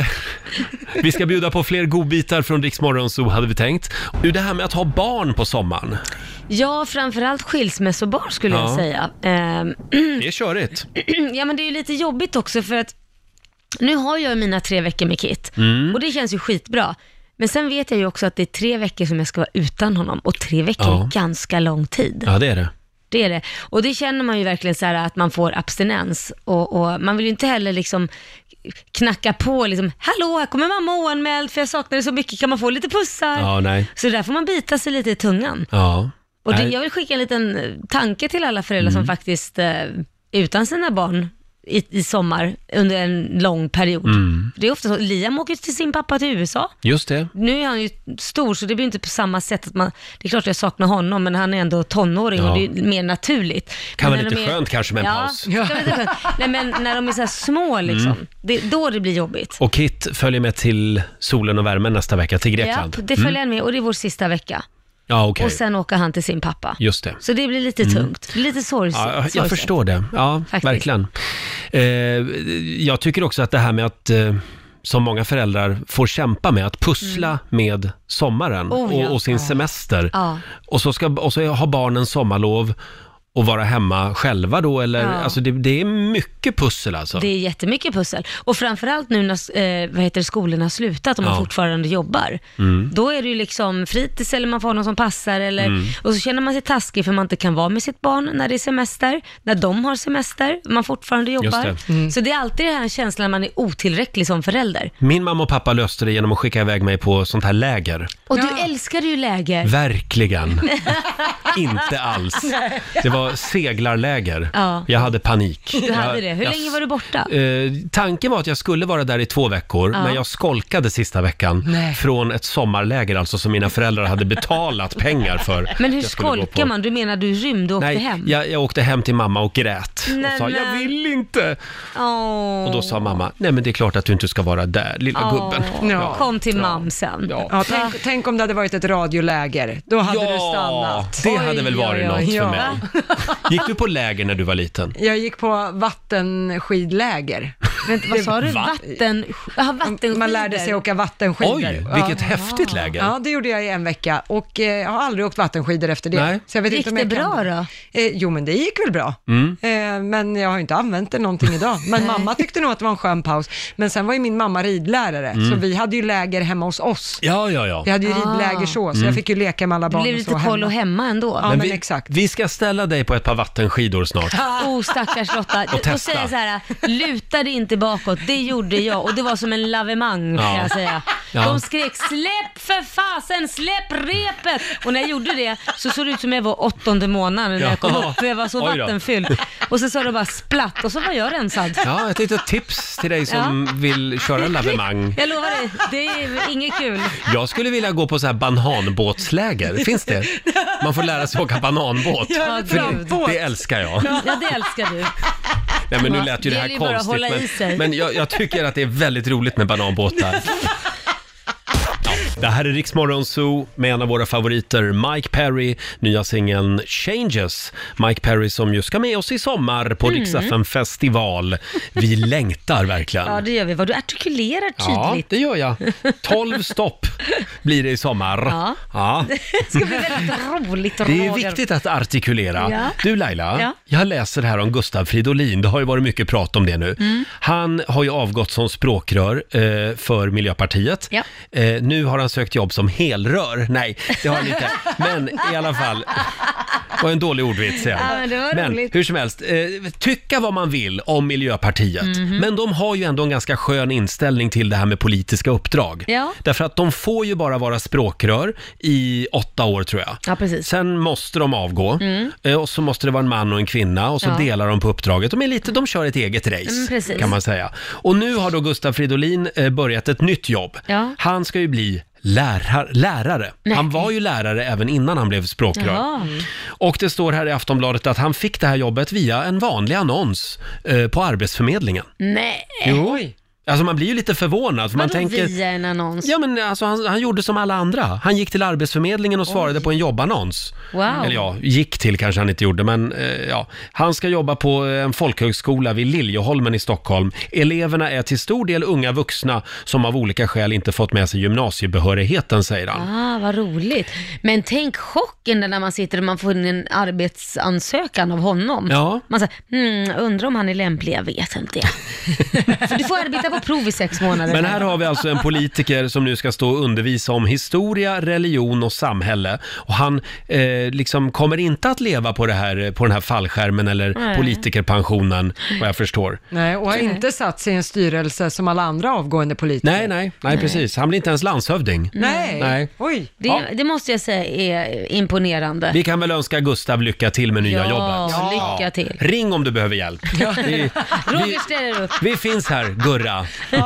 vi ska bjuda på fler godbitar från Riksmorgonso hade vi tänkt. Du, det här med att ha barn på sommaren, Ja, framförallt skilsmässobarn skulle Ja. jag säga. Ehm, det är körigt. ja, men det är ju lite jobbigt också för att nu har jag mina tre veckor med Kit Mm. och det känns ju skitbra. Men sen vet jag ju också att det är tre veckor som jag ska vara utan honom och tre veckor Ja. är ganska lång tid. Ja, det är det. Det är det. Och det känner man ju verkligen så här att man får abstinens och, och man vill ju inte heller liksom knacka på liksom, hallå, här kommer mamma oanmäld för jag saknar det så mycket, kan man få lite pussar? Ja, nej. Så där får man bita sig lite i tungan. Ja. Och det, Nej. jag vill skicka en liten eh, tanke till alla föräldrar Mm. som faktiskt eh, utan sina barn i, i sommar under en lång period. Mm. Det är ofta så, Liam åker till sin pappa till U S A. Just det. Nu är han ju stor så det blir inte på samma sätt att man, det är klart jag saknar honom men han är ändå tonåring Ja. och det är mer naturligt. Kan Men vara när lite de är- skönt kanske med en ja, paus. kan vara lite skönt. Nej men när de är så här små liksom, Mm. det, då det blir jobbigt. Och Kit följer med till solen och värmen nästa vecka till Grekland. Ja, det följer han med och det är vår sista vecka. Ja, okej. Och sen åker han till sin pappa. Just det. Så det blir lite Mm. tungt, det blir lite sorgset. Ja, jag, jag sorgset. förstår det. Ja, Faktiskt. verkligen. Eh, jag tycker också att det här med att, eh, som många föräldrar får kämpa med, att pussla med sommaren Oh, ja. och, och sin Ja. semester. Ja. Och så, ska, och så har barnen sommarlov och vara hemma själva då, eller? Ja. Alltså det, det är mycket pussel alltså. Det är jättemycket pussel. Och framförallt nu när eh, vad heter det, skolorna har slutat och man Ja. fortfarande jobbar. Mm. Då är det ju liksom fritids eller man får någon som passar eller, Mm. och så känner man sig taskig för man inte kan vara med sitt barn när det är semester, när de har semester, man fortfarande jobbar. Just det. Mm. Så det är alltid den här känslan man är otillräcklig som förälder. Min mamma och pappa löste det genom att skicka iväg mig på sånt här läger. Och du älskar ju läger. Verkligen. Inte alls. Det var seglarläger. Ja. Jag hade panik. Du hade jag, det. Hur jag, länge var du borta? Eh, tanken var att jag skulle vara där i två veckor, Ja. men jag skolkade sista veckan Nej. från ett sommarläger, alltså som mina föräldrar hade betalat pengar för. Men hur jag skulle gå skolkar på. man? Du menar du rymde och åkte Nej, hem? jag, jag åkte hem till mamma och grät Nej, och sa, jag men- vill inte. Åh. Och då sa mamma, nej men det är klart att du inte ska vara där, lilla Åh. gubben. Ja. Kom till mamsen. Ja. Ja, tänk, tänk om det hade varit ett radioläger. Då hade Ja, du stannat. det hade väl varit något för ja. mig. Gick du på läger när du var liten? Jag gick på vattenskidläger. Vänta, vad sa du? Va? Vatten... Jaha, vattenskidor. Man lärde sig åka vattenskidor. Oj, vilket ja. häftigt läger. Ja, det gjorde jag i en vecka och eh, jag har aldrig åkt vattenskidor efter det. Nej. Så jag vet Gick inte om det jag kan bra då? Eh, jo, men det gick väl bra. Mm. Eh, men jag har inte använt det någonting idag. Men mamma tyckte nog att det var en skön paus. Men sen var ju min mamma ridlärare, Mm. så vi hade ju läger hemma hos oss. Ja, ja, ja. Vi hade ju Ah. ridläger så, så Mm. jag fick ju leka med alla Det barn blev och lite så koll och hemma. hemma ändå. Ja, Men men vi, exakt. vi ska ställa dig på ett par vattenskidor snart. Oh, stackars Lotta. Och Då testa. säger jag så här, luta dig inte bakåt. Det gjorde jag och det var som en lavemang, kan Ja. jag säga. Ja. De skrek, släpp för fasen, släpp repet! Och när jag gjorde det så såg det ut som jag var åttonde månaden när jag kom Ja. upp, för jag var så Oj då. vattenfylld. Och så sa det bara splatt och så var jag rensad. Ja, ett litet tips till dig som vill köra lavemang. Jag lovar dig, det är inget kul. Jag skulle vilja gå på så här bananbåtsläger. Finns det? Man får lära sig åka bananbåt. Ja, För gud. det, det älskar jag. Ja, det älskar du. Nej, men nu Ja, lät ju det det här gäller ju bara att konstigt. hålla i Men, sig. men jag, jag tycker att det är väldigt roligt med bananbåtar. Ja, det här är Rix Morgon Zoo med en av våra favoriter, Mike Perry, nya singeln Changes. Mike Perry som ju ska med oss i sommar på Mm. Rix F M festival. Vi längtar verkligen. Ja, det gör vi. Vad du artikulerar Ja, tydligt. det gör jag. tolv stopp blir det i sommar. Ja. Ja. Det ska bli väldigt roligt. Det är Roger. viktigt att artikulera. Ja. Du Laila, Ja. jag läser här om Gustav Fridolin. Det har ju varit mycket prat om det nu. Mm. Han har ju avgått som språkrör eh, för Miljöpartiet. Ja. Eh, nu har han sökt jobb som helrör. Nej, det har han inte. Men i alla fall, Och en dålig ordvits, ja. Ja, men det var men roligt. hur som helst, eh, tycka vad man vill om Miljöpartiet. Mhm. Men de har ju ändå en ganska skön inställning till det här med politiska uppdrag. Ja. Därför att de får ju bara vara språkrör i åtta år, tror jag. Ja, precis. Sen måste de avgå. Mm. Eh, och så måste det vara en man och en kvinna. Och så Ja. delar de på uppdraget. De, är lite, de kör ett eget race, Mm, precis. kan man säga. Och nu har då Gustav Fridolin eh, börjat ett nytt jobb. Ja. Han ska ju bli lärar, lärare. Nej. Han var ju lärare även innan han blev språkrör. Jaha. Och det står här i Aftonbladet att han fick det här jobbet via en vanlig annons eh, på Arbetsförmedlingen. Nej. Jo. Alltså man blir ju lite förvånad. För man Vadå tänker, via en annons? ja men alltså han, han gjorde som alla andra. Han gick till Arbetsförmedlingen och svarade Oj. på en jobbannons. Wow. Eller ja, gick till kanske han inte gjorde, men eh, ja. Han ska jobba på en folkhögskola vid Liljeholmen i Stockholm. Eleverna är till stor del unga vuxna som av olika skäl inte fått med sig gymnasiebehörigheten, säger han. Ah, vad roligt. Men tänk chocken när man sitter och man får in en arbetsansökan av honom. Ja. Man säger, hmm, undrar om han är lämplig, jag vet inte. För du får arbeta på prov i sex månader. Men här har vi alltså en politiker som nu ska stå och undervisa om historia, religion och samhälle. Och han eh, liksom kommer inte att leva på, det här, på den här fallskärmen eller Nej. politikerpensionen, vad jag förstår. Nej, och har inte satt sig i en styrelse som alla andra avgående politiker. Nej, nej, nej, precis. Han blir inte ens landshövding. Nej. Nej. Oj. Det, Ja. det måste jag säga är imponerande. Vi kan väl önska Gustav lycka till med nya Ja, jobbet. lycka till. Ring om du behöver hjälp. Vi, Roger ställer upp. vi finns här, Gurra.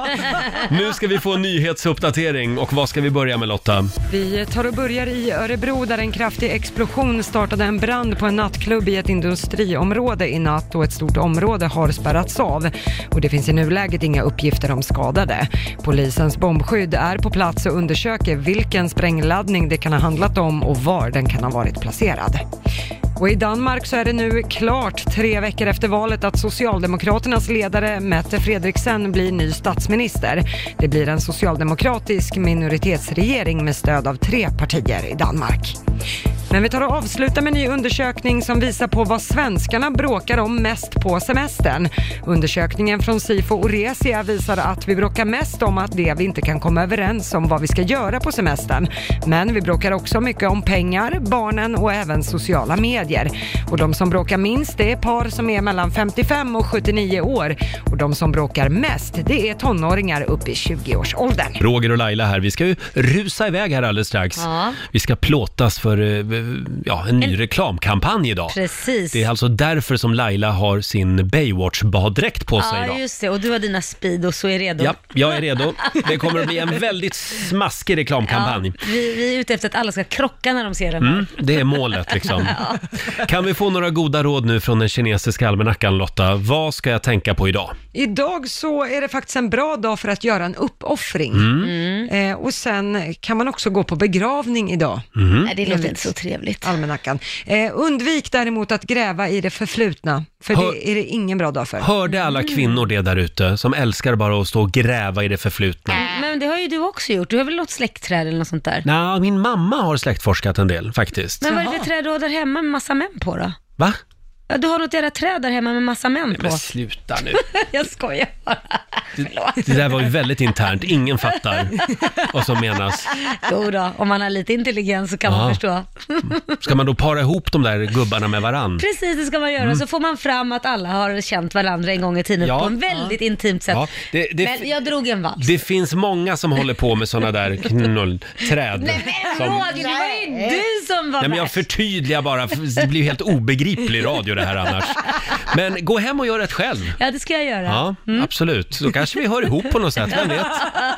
Nu ska vi få en nyhetsuppdatering och vad ska vi börja med, Lotta? Vi tar och börjar i Örebro där en kraftig explosion startade en brand på en nattklubb i ett industriområde i natt och ett stort område har spärrats av. Och det finns i nuläget inga uppgifter om skadade. Polisens bombskydd är på plats och undersöker vilken sprängladdning det kan ha handlat om och var den kan ha varit placerad. Och i Danmark så är det nu klart tre veckor efter valet att Socialdemokraternas ledare Mette Frederiksen blir ny statsminister. Det blir en socialdemokratisk minoritetsregering med stöd av tre partier i Danmark. Men vi tar och avslutar med en ny undersökning som visar på vad svenskarna bråkar om mest på semestern. Undersökningen från Sifo och Resia visar att vi bråkar mest om att det vi inte kan komma överens om vad vi ska göra på semestern. Men vi bråkar också mycket om pengar, barnen och även sociala medier. Och de som bråkar minst det är par som är mellan femtiofem och sjuttionio år. Och de som bråkar mest det är tonåringar upp i tjugo-årsåldern. Roger och Laila här. Vi ska ju rusa iväg här alldeles strax. Ja. Vi ska plåtas för eh, ja, en ny En- reklamkampanj idag. Precis. Det är alltså därför som Laila har sin Baywatch-baddräkt på sig Ja, idag. just det. Och du har dina speed och så är redo. Ja, jag är redo. Det kommer att bli en väldigt smaskig reklamkampanj. Ja, vi, vi är ute efter att alla ska krocka när de ser den. Mm, det är målet liksom. Kan vi få några goda råd nu från den kinesiska almanackan, Lotta? Vad ska jag tänka på idag? Idag så är det faktiskt en bra dag för att göra en uppoffring. Mm. Eh, och sen kan man också gå på begravning idag. Mm. Nej, det låter Enligt inte så trevligt. Almanackan. Eh, undvik däremot att gräva i det förflutna, för Hör- det är det ingen bra dag för. Hörde alla kvinnor det där ute som älskar bara att stå och gräva i det förflutna? Men det har ju du också gjort. Du har väl något släktträd eller något sånt där? Nej, min mamma har släktforskat en del faktiskt. Men vad är det för träd du har där hemma med massa män på då? Va? Ja, du har något jävla träd där hemma med massa män på. Men sluta nu. Jag skojar bara. Förlåt. Det där var ju väldigt internt. Ingen fattar vad som menas. Jo då, om man har lite intelligens så kan Ja. man förstå. Ska man då para ihop de där gubbarna med varann? Precis, det ska man göra. Mm. Så får man fram att alla har känt varandra en gång i tiden Ja. på en väldigt intimt sätt. Ja, det- det- Men jag drog en vals. Det finns många som håller på med såna där knullträd. Nej men som... Roger, det var ju du som var Nej, men jag värst. förtydligar bara, för det blir ju helt obegriplig radio det här annars. Men gå hem och gör ett själv. Ja, det ska jag göra. Ja, absolut. Då kanske vi hör ihop på något sätt, vem vet?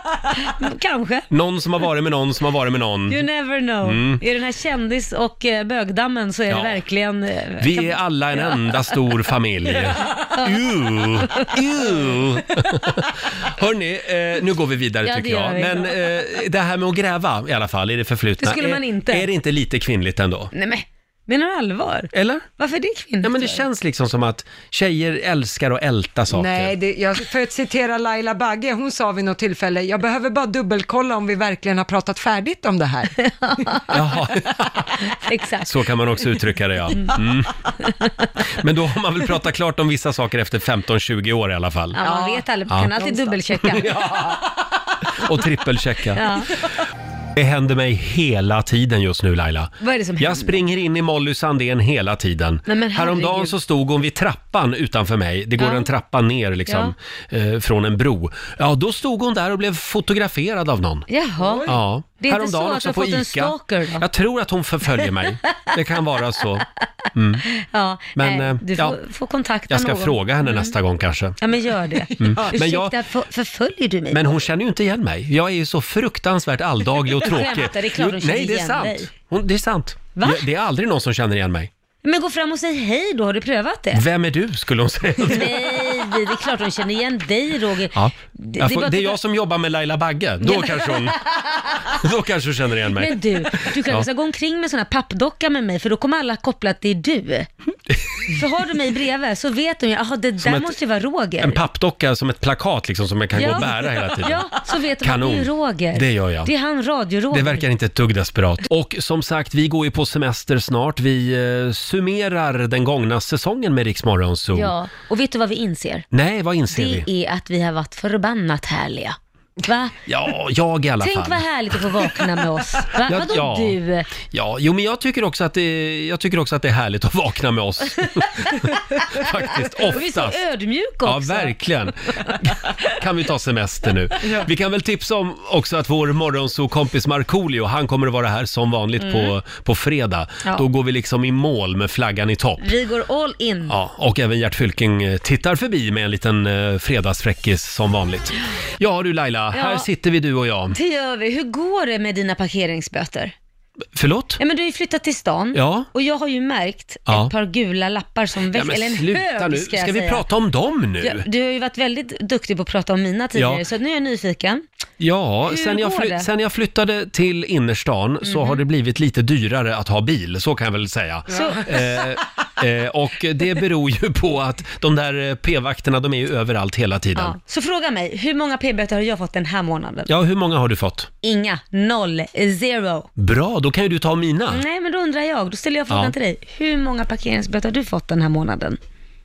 Kanske. Någon som har varit med någon som har varit med någon. You never know. Mm. I den här kändis- och eh, bögdammen så är Ja. det verkligen... eh, Vi kan- är alla en enda stor familj. Ew, ew. Hörrni, eh, nu går vi vidare Ja, det tycker jag. gör vi. Men eh, det här med att gräva i alla fall i det förflutna. Det skulle man är, inte. Är det inte lite kvinnligt ändå? Nej men, menar du allvar? Eller? Varför är det kvinnligt? Ja, men det för? känns liksom som att tjejer älskar att älta saker. Nej, det, jag, för att citera Laila Bagge, hon sa vid något tillfälle, jag behöver bara dubbelkolla om vi verkligen har pratat färdigt om det här. Jaha, Exakt. så kan man också uttrycka det, ja. Mm. Men då har man väl pratat klart om vissa saker efter femton tjugo år i alla fall. Ja, man vet aldrig. Man Ja. kan alltid dubbelchecka. Och trippelchecka. Ja. Det händer mig hela tiden just nu, Laila. Vad är det som Jag händer? springer in i Molly Sandén hela tiden. Nej, men Häromdagen herregud. så stod hon vid trappan utanför mig. Det går Ja. en trappa ner liksom, eh, från en bro. Ja, då stod hon där och blev fotograferad av någon. Jaha. Ja. Det är inte Häromdagen så att också du har på fått en Ica. stalker då? Jag tror att hon förföljer mig. Det kan vara så. Mm. Ja, Men, nej, eh, du får, ja. får kontakta Jag ska någon. fråga henne Mm. nästa gång kanske. Ja, men gör det. Mm. Ja. Men Ursäkta, jag- för, förföljer du mig? Men hon känner ju inte igen mig. Jag är ju så fruktansvärt alldaglig och Jag tråkig. skämtar, det är klart hon känner Nej, det är igen sant. dig. Hon, det är sant. Va? Det, det är aldrig någon som känner igen mig. Men gå fram och säg hej då, har du prövat det? Vem är du, skulle hon säga. Nej, det är klart hon känner igen dig, Roger. Ja. Det- Jag det är får, bara det är att- jag som jobbar med Laila Bagge. Då Ja. kanske hon, då kanske hon känner igen mig. Men du, du kan Ja. ja. gå omkring med sån här pappdocka med mig, för då kommer alla koppla att det är du. För har du mig bredvid så vet de ju, jaha, det Som där ett- måste ju vara Roger. En pappdocka som ett plakat liksom, som jag kan gå och bära hela tiden. Ja, så vet de Kanon. att det är Roger. Det gör jag. Det är han, radio-Roger. Det verkar inte ett dugg desperat. Och som sagt, vi går ju på semester snart. Vi eh, summerar den gångna säsongen med Rix Morgon Zoo. Ja, och vet du vad vi inser? Nej, vad inser Det vi? är att vi har varit förbannat härliga. Va? Ja, jag i alla Tänk fall. vad härligt att få vakna med oss. Va? Ja, Vadå ja. du? Ja, jo men jag tycker också att det, jag tycker också att det är härligt att vakna med oss. Faktiskt, Och vi är så oftast. ödmjuka Ja, också. verkligen. Kan vi ta semester nu? Ja. Vi kan väl tipsa om också att vår morgonzoo-kompis Markoolio, han kommer att vara här som vanligt Mm. på, på fredag. Ja. Då går vi liksom i mål med flaggan i topp. Vi går all in. Ja, och även Gert Fylking eh, tittar förbi med en liten eh, fredagsfräckis som vanligt. Ja du Laila, Ja. här sitter vi du och jag. Det gör vi. Hur går det med dina parkeringsböter? Förlåt? Ja, men du har ju flyttat till stan Ja. och jag har ju märkt Ja. ett par gula lappar som Ja, växer, men eller en sluta hög nu. ska, Ska jag vi säga. prata om dem nu? Ja, du har ju varit väldigt duktig på att prata om mina tidigare, Ja. så nu är jag nyfiken. Ja, Hur sen jag, går fly- det? sen jag flyttade till innerstan så Mhm. har det blivit lite dyrare att ha bil, så kan jag väl säga. Så- Eh, eh, och det beror ju på att de där eh, p-vakterna, de är ju överallt hela tiden. Ja. Så fråga mig, hur många p-böter har jag fått den här månaden? Ja, hur många har du fått? Inga, noll, zero. Bra, då kan ju du ta mina. Nej, men då undrar jag, då ställer jag frågan Ja. till dig. Hur många parkeringsböter har du fått den här månaden?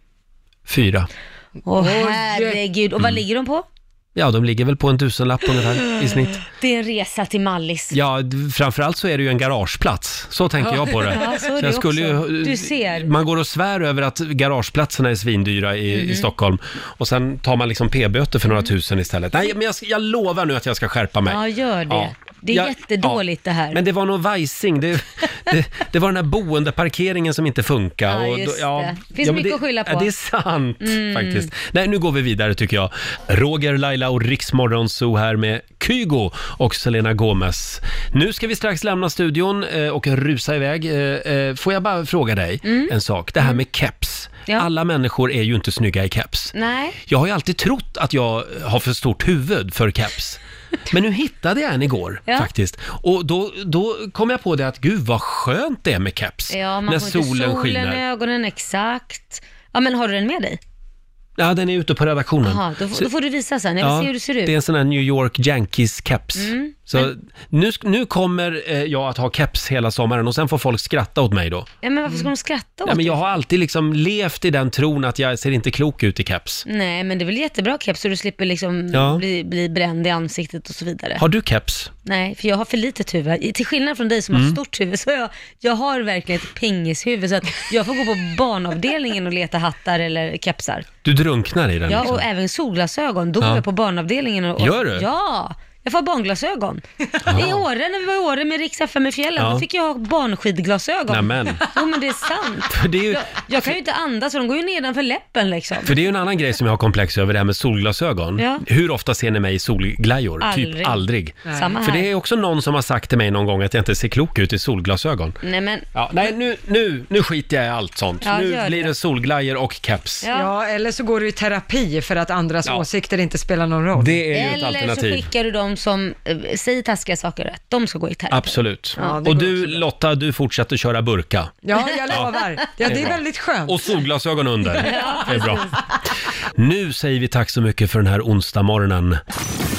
Fyra. Åh herregud, och vad ligger de på? Ja, de ligger väl på en tusenlapp ungefär i snitt. Det är en resa till Mallis. Ja, d- framförallt så är det ju en garageplats. Så tänker jag på det. Ja, så är det jag skulle ju, också. Du ser. Man går och svär över att garageplatserna är svindyra i, i Mhm. Stockholm. Och sen tar man liksom p-böter för några tusen istället. Nej, men jag, ska- jag lovar nu att jag ska skärpa mig. Ja, gör det. Ja. Det är Jag- jättedåligt det här. Men det var nog vajsing. Det, det, det var den här boendeparkeringen som inte funkar. Ja, och just då, det. Finns men mycket att skylla på. Ja, det är sant Mm. faktiskt. Nej, nu går vi vidare tycker jag. Roger, Laila och Rix Morgon Zoo här med Kygo och Selena Gomez. Nu ska vi strax lämna studion eh, och rusa iväg. Eh, eh, Får jag bara fråga dig Mm. en sak? Det här med keps. Ja. Alla människor är ju inte snygga i keps. Nej. Jag har ju alltid trott att jag har för stort huvud för keps. Men nu hittade jag en igår Ja. faktiskt. Och då, då kom jag på det att gud vad skönt det är med keps. Ja, man när får inte solen solen skiner. i ögonen, exakt. Ja, men har du den med dig? Ja, den är ute på redaktionen. Jaha, då, Så- då får du visa sen. Jag vill Ja, se hur det ser ut. det är en sån här New York Yankees-keps. Mm, Så nu, nu kommer eh, jag att ha keps hela sommaren och sen får folk skratta åt mig då. Ja, men varför ska de skratta åt Ja, men jag dig? har alltid liksom levt i den tron att jag ser inte klok ut i keps. Nej, men det är väl jättebra keps så du slipper liksom Ja. bli, bli bränd i ansiktet och så vidare. Har du keps? Nej, för jag har för litet huvud. Till skillnad från dig som har Mm. ett stort huvud så jag, jag har verkligen ett pengishuvud så att jag får gå på barnavdelningen och leta hattar eller kepsar. Du drunknar i den Ja, liksom. och även solglasögon. Då Ja. går jag på barnavdelningen och... och Gör du? Ja! Jag får barnglasögon. I Åre, när vi var i Åre med Rix F M i fjällen, Ja. då fick jag ha barnskidglasögon. Nämen. Jo, men det är sant. För det är ju- jag, jag kan ju inte andas och de går ju nedanför läppen liksom. För det är ju en annan grej som jag har komplex över, det här med solglasögon. Ja. Hur ofta ser ni mig i solglajjor? Aldrig. Typ aldrig. Nej. Samma För här. det är också någon som har sagt till mig någon gång att jag inte ser klok ut i solglasögon. Nej, men... Ja, nej, nu, nu, nu skiter jag i allt sånt. Ja, nu gör blir det. det solglajjor och keps. Ja. eller så går du i terapi för att andras Ja. åsikter inte spelar någon roll. Det Eller så skickar du dem som eh, säger taskiga saker rätt. De ska gå i terapi. Absolut. Ja, det och går du Lotta, du fortsätter köra burka. Ja, jag lovar. Ja, det är bra. väldigt skönt. Och solglasögon under. Ja, det är bra. Nu säger vi tack så mycket för den här onsdag morgonen.